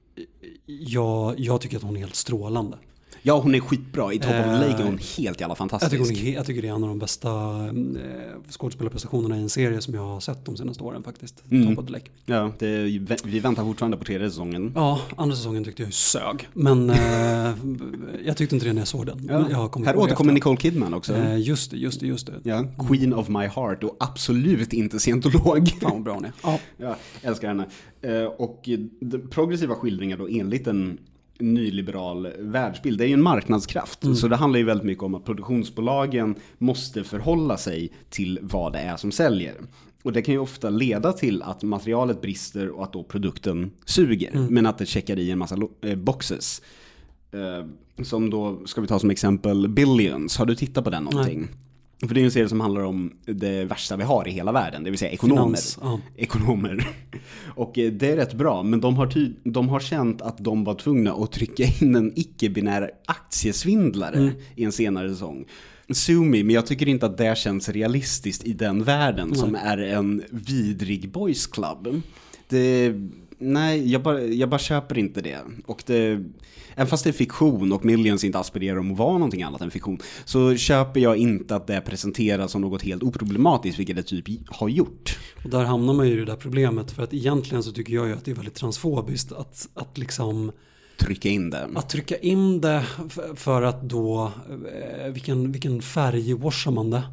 jag, jag tycker att hon är helt strålande. Ja, hon är skitbra. I Top of the Lake är hon helt jävla fantastisk. Jag tycker, hon är, jag tycker det är en av de bästa eh, skådespelarprestationerna i en serie som jag har sett de senaste åren faktiskt. Mm. Top of the Lake. Ja, det, vi väntar fortfarande på tredje säsongen. Ja, andra säsongen tyckte jag sög. Men eh, jag tyckte inte det när jag såg den. Ja. Jag här återkommer Nicole Kidman också. Eh, just det, just det, just det. Ja, Queen of my heart och absolut inte scientolog. Fan vad bra hon är. Ja, jag älskar henne. Eh, och progressiva skildringar då enligt en nyliberal världsbild. Det är ju en marknadskraft. Mm. Så det handlar ju väldigt mycket om att produktionsbolagen måste förhålla sig till vad det är som säljer. Och det kan ju ofta leda till att materialet brister och att då produkten suger. Mm. Men att det checkar i en massa boxes. Eh, som då, ska vi ta som exempel Billions. Har du tittat på den någonting? Nej. För det är en serie som handlar om det värsta vi har i hela världen, det vill säga ekonomer. Finans, ja. Ekonomer. Och det är rätt bra, men de har, ty- de har känt att de var tvungna att trycka in en icke-binär aktiesvindlare mm. i en senare säsong. Sue me, men jag tycker inte att det känns realistiskt i den världen mm. som är en vidrig boys club. Det... Nej, jag bara, jag bara köper inte det. Och det, även fast det är fiktion och Millions inte aspirerar om att vara någonting annat än fiktion, så köper jag inte att det presenteras som något helt oproblematiskt, vilket det typ har gjort. Och där hamnar man ju i det där problemet, för att egentligen så tycker jag ju att det är väldigt transfobiskt att, att liksom trycka in det. Att trycka in det för att då, vilken, vilken färg washar man det?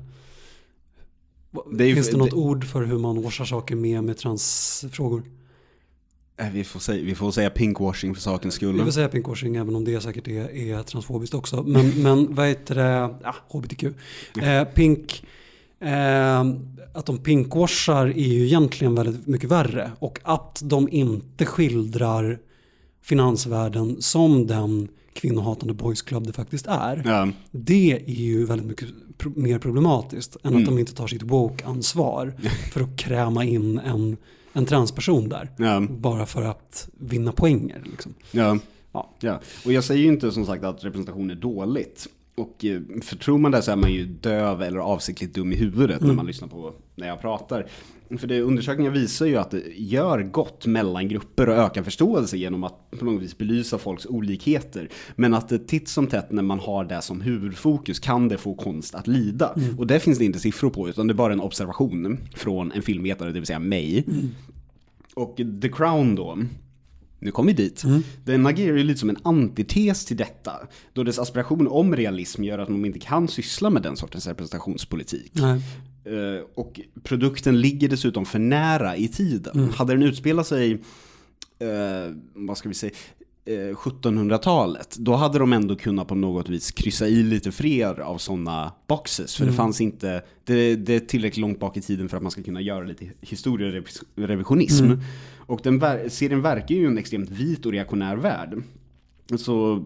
det ju, Finns det något det, ord för hur man washar saker med, med transfrågor? Vi får, säga, vi får säga pinkwashing för sakens skull. Vi får säga pinkwashing även om det säkert är, är transfobiskt också. Men, men vad heter det? Ja, H B T Q. Eh, pink, eh, att de pinkwashar är ju egentligen väldigt mycket värre. Och att de inte skildrar finansvärlden som den kvinnohatande boys club det faktiskt är. Ja. Det är ju väldigt mycket pro- mer problematiskt än mm. att de inte tar sitt woke-ansvar för att kräma in en en transperson där. Ja. Bara för att vinna poänger. Liksom. Ja. Ja. Ja. Och jag säger ju inte som sagt att representation är dåligt. Och för tror man det så är man ju döv eller avsiktligt dum i huvudet mm. när man lyssnar på när jag pratar. För det, undersökningar visar ju att det gör gott mellan grupper och ökar förståelse genom att på något vis belysa folks olikheter. Men att det titt som tätt när man har det som huvudfokus kan det få konst att lida. Mm. Och det finns det inte siffror på, utan det är bara en observation från en filmvetare, det vill säga mig. Mm. Och The Crown då Nu kom vi dit. Mm. Den agerar ju lite som en antites till detta. Då dess aspiration om realism gör att man inte kan syssla med den sortens representationspolitik. Nej. Uh, och produkten ligger dessutom för nära i tiden. Mm. Hade den utspelat sig, uh, vad ska vi säga, uh, sjuttonhundratalet, då hade de ändå kunnat på något vis kryssa i lite fler av sådana boxes. För mm. det fanns inte, det, det är tillräckligt långt bak i tiden för att man ska kunna göra lite historierevisionism. Mm. Och den ver- serien verkar ju en extremt vit och reaktionär värld. Så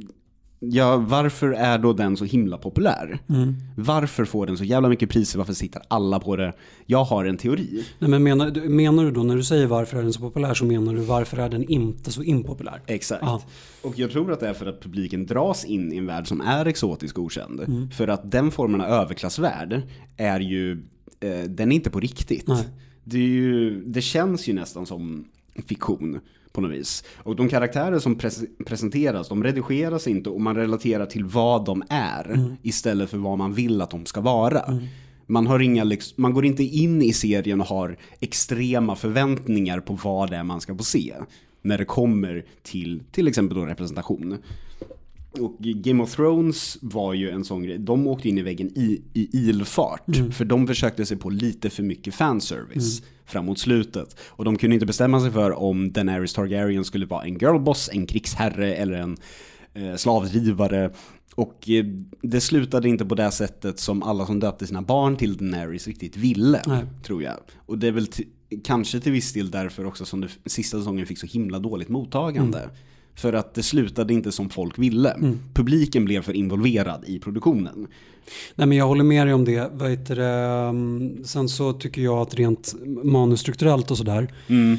ja, varför är då den så himla populär? Mm. Varför får den så jävla mycket priser? Varför sitter alla på det? Jag har en teori. Nej, men menar, menar du då när du säger varför är den så populär, så menar du varför är den inte så impopulär? Exakt. Aha. Och jag tror att det är för att publiken dras in i en värld som är exotisk och okänd. Mm. För att den formen av överklassvärld är ju, eh, den är inte på riktigt. Nej. Det, är ju, det känns ju nästan som fiktion på något vis. Och de karaktärer som pres- presenteras, de redigeras inte och man relaterar till vad de är mm. istället för vad man vill att de ska vara. Mm. Man, har inga, liksom, man går inte in i serien och har extrema förväntningar på vad det är man ska få se när det kommer till till exempel då representation. Och Game of Thrones var ju en sån grej. De åkte in i väggen i, i ilfart. Mm. För de försökte sig på lite för mycket fanservice mm. framåt slutet. Och de kunde inte bestämma sig för om Daenerys Targaryen skulle vara en girlboss, en krigsherre eller en eh, slavdrivare. Och eh, det slutade inte på det sättet som alla som döpte sina barn till Daenerys riktigt ville, Nej. tror jag. Och det är väl t- kanske till viss del därför också som det sista säsongen fick så himla dåligt mottagande. Mm. För att det slutade inte som folk ville. Mm. Publiken blev för involverad i produktionen. Nej, men jag håller med dig om det. Vet du, sen så tycker jag att rent manusstrukturellt och sådär. Mm.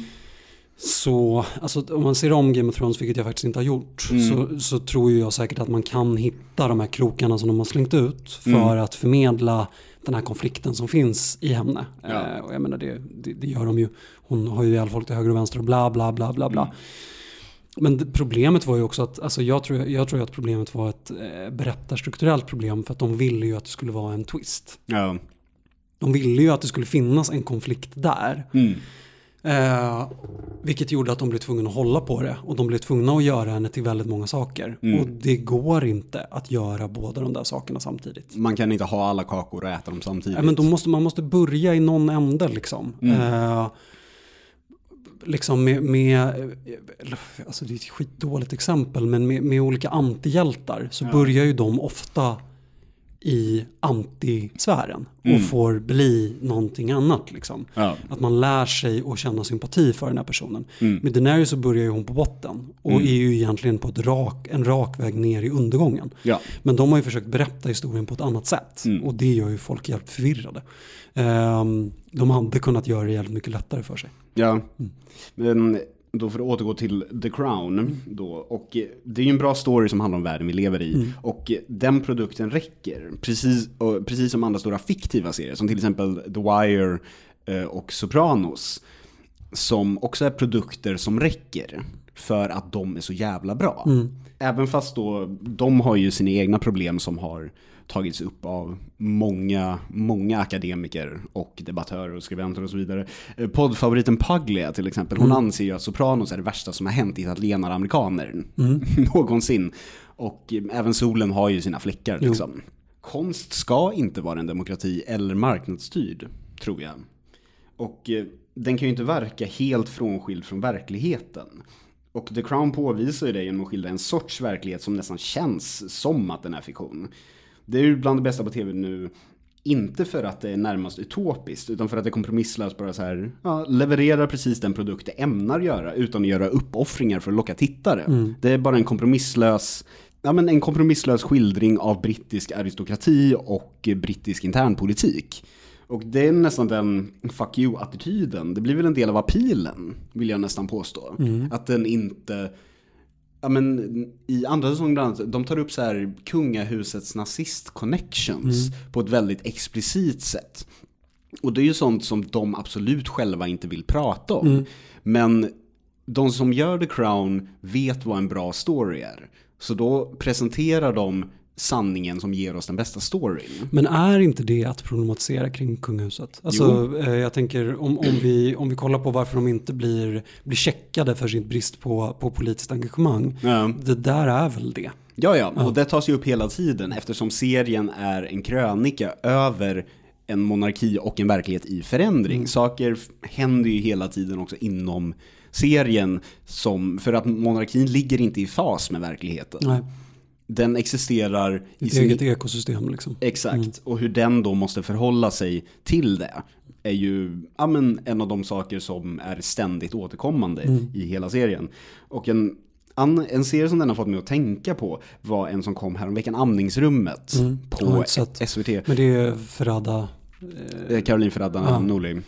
Så alltså, om man ser om Game of Thrones, vilket jag faktiskt inte har gjort. Mm. Så, så tror jag säkert att man kan hitta de här krokarna som de har slängt ut. För mm. att förmedla den här konflikten som finns i henne. Ja. Eh, och jag menar det, det, det gör de ju. Hon har ju i alla folk till höger och vänster och bla bla bla bla bla. Mm. Men det, problemet var ju också att, alltså jag tror, jag tror att problemet var ett eh, berättarstrukturellt problem, för att de ville ju att det skulle vara en twist. Ja. De ville ju att det skulle finnas en konflikt där. Mm. Eh, vilket gjorde att de blev tvungna att hålla på det. Och de blev tvungna att göra henne till väldigt många saker. Mm. Och det går inte att göra båda de där sakerna samtidigt. Man kan inte ha alla kakor och äta dem samtidigt. Eh, men då måste, man måste börja i någon ände liksom. Mm. Eh, liksom med, med alltså det är ett skitdåligt exempel, men med, med olika antihjältar så ja. börjar ju de ofta i antisfären och mm. får bli någonting annat liksom. Ja. Att man lär sig att känna sympati för den här personen. Mm. Med Daenerys så börjar ju hon på botten och mm. är ju egentligen på ett rak, en rak väg ner i undergången. Ja. Men de har ju försökt berätta historien på ett annat sätt mm. och det gör ju folk jävligt förvirrade. Um, de hade kunnat göra det jävligt mycket lättare för sig. Ja, mm. men då för att återgå till The Crown då, och det är ju en bra story som handlar om världen vi lever i mm. och den produkten räcker precis, och precis som andra stora fiktiva serier som till exempel The Wire och Sopranos, som också är produkter som räcker för att de är så jävla bra. Mm. Även fast då de har ju sina egna problem som har tagits upp av många, många akademiker och debattörer och skribenter och så vidare. Poddfavoriten Puglia till exempel, hon mm. anser ju att Sopranos är det värsta som har hänt italienare amerikaner mm. någonsin. Och även solen har ju sina fläckar liksom. Jo. Konst ska inte vara en demokrati eller marknadsstyrd, tror jag. Och eh, den kan ju inte verka helt frånskild från verkligheten. Och The Crown påvisar ju det genom att skildra en sorts verklighet som nästan känns som att den är fiktion. Det är ju bland det bästa på tv nu, inte för att det är närmast utopiskt, utan för att det kompromisslöst bara så här, ja, levererar precis den produkt det ämnar göra utan att göra uppoffringar för att locka tittare. Mm. Det är bara en kompromisslös, ja, men en kompromisslös skildring av brittisk aristokrati och brittisk internpolitik. Och det är nästan den fuck you-attityden. Det blir väl en del av appealen, vill jag nästan påstå. Mm. Att den inte... Ja, men i andra säsongen bland annat, de tar upp så här kungahusets nazist-connections mm. på ett väldigt explicit sätt. Och det är ju sånt som de absolut själva inte vill prata om. Mm. Men de som gör The Crown vet vad en bra story är. Så då presenterar de sanningen som ger oss den bästa storyn. Men är inte det att problematisera kring kungahuset? Alltså, eh, jag tänker om, om, vi, om vi kollar på varför de inte blir, blir checkade för sin brist på, på politiskt engagemang. Ja. Det där är väl det. Ja, ja, och det tas ju upp hela tiden eftersom serien är en krönika över en monarki och en verklighet i förändring. Mm. Saker händer ju hela tiden också inom serien som, för att monarkin ligger inte i fas med verkligheten. Nej. Den existerar i i ett eget ekosystem liksom. Exakt, mm. och hur den då måste förhålla sig till det är ju ja, men, en av de saker som är ständigt återkommande mm. i hela serien. Och en, an, en serie som den har fått mig att tänka på var en som kom här om veckan, Amningsrummet mm. på S V T. Men det är Ferhada eh, Caroline Ferhada ja. Norling.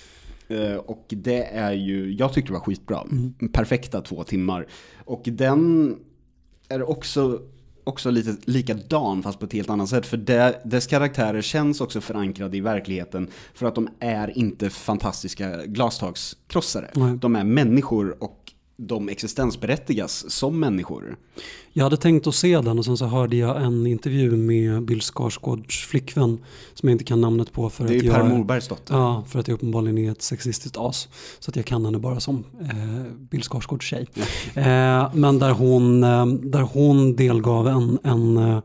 Uh, och det är ju, jag tyckte det var skitbra. Mm. Perfekta två timmar. Och den är också också lite likadan fast på ett helt annat sätt, för det, dess karaktärer känns också förankrade i verkligheten för att de är inte fantastiska glastakskrossare. Mm. De är människor och de existensberättigas som människor. Jag hade tänkt att se den och sen så hörde jag en intervju med Bill Skarsgårds flickvän som jag inte kan namnet på för det är att ju jag Per Morbergs dotter. Ja, för att jag uppenbarligen är ett sexistiskt as så att jag kan henne bara som eh, Bill Skarsgårds tjej. Ja. Eh, men där hon, eh, där hon delgav en, en, eh,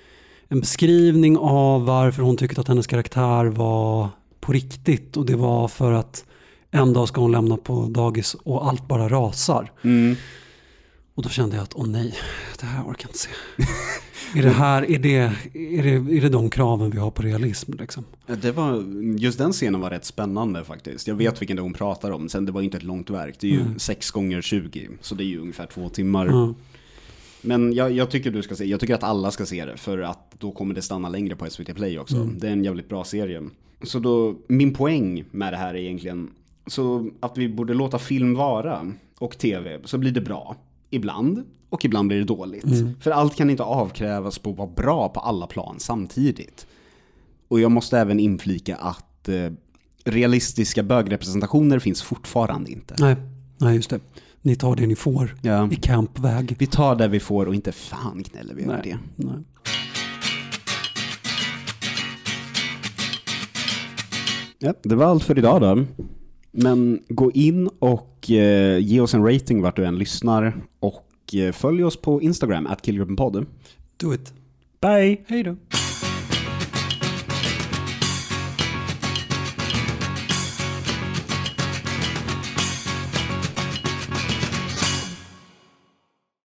en beskrivning av varför hon tyckte att hennes karaktär var på riktigt, och det var för att en dag ska hon lämna på dagis och allt bara rasar. Mm. Och då kände jag att, åh nej, det här orkar jag inte se. är, det här, är, det, är, det, är det de kraven vi har på realism? Liksom? Det var, just den scenen var rätt spännande faktiskt. Jag vet vilken det hon pratar om. Sen det var inte ett långt verk. Det är ju mm. sex gånger tjugo. Så det är ju ungefär två timmar. Mm. Men jag, jag tycker du ska se, jag tycker att alla ska se det. För att då kommer det stanna längre på S V T Play också. Mm. Det är en jävligt bra serie. Så då, min poäng med det här är egentligen så att vi borde låta film vara och tv, så blir det bra ibland och ibland blir det dåligt. Mm. För allt kan inte avkrävas på att vara bra på alla plan samtidigt. Och jag måste även inflika att eh, realistiska bögrepresentationer finns fortfarande inte. Nej, nej just det. Ni tar det ni får ja. i campväg. Vi tar det vi får och inte fan knäller vi över det. Nej. Ja, det var allt för idag då. Men gå in och eh, ge oss en rating vart du än lyssnar och eh, följ oss på Instagram at killgruppenpodd. Do it. Bye. Hej då.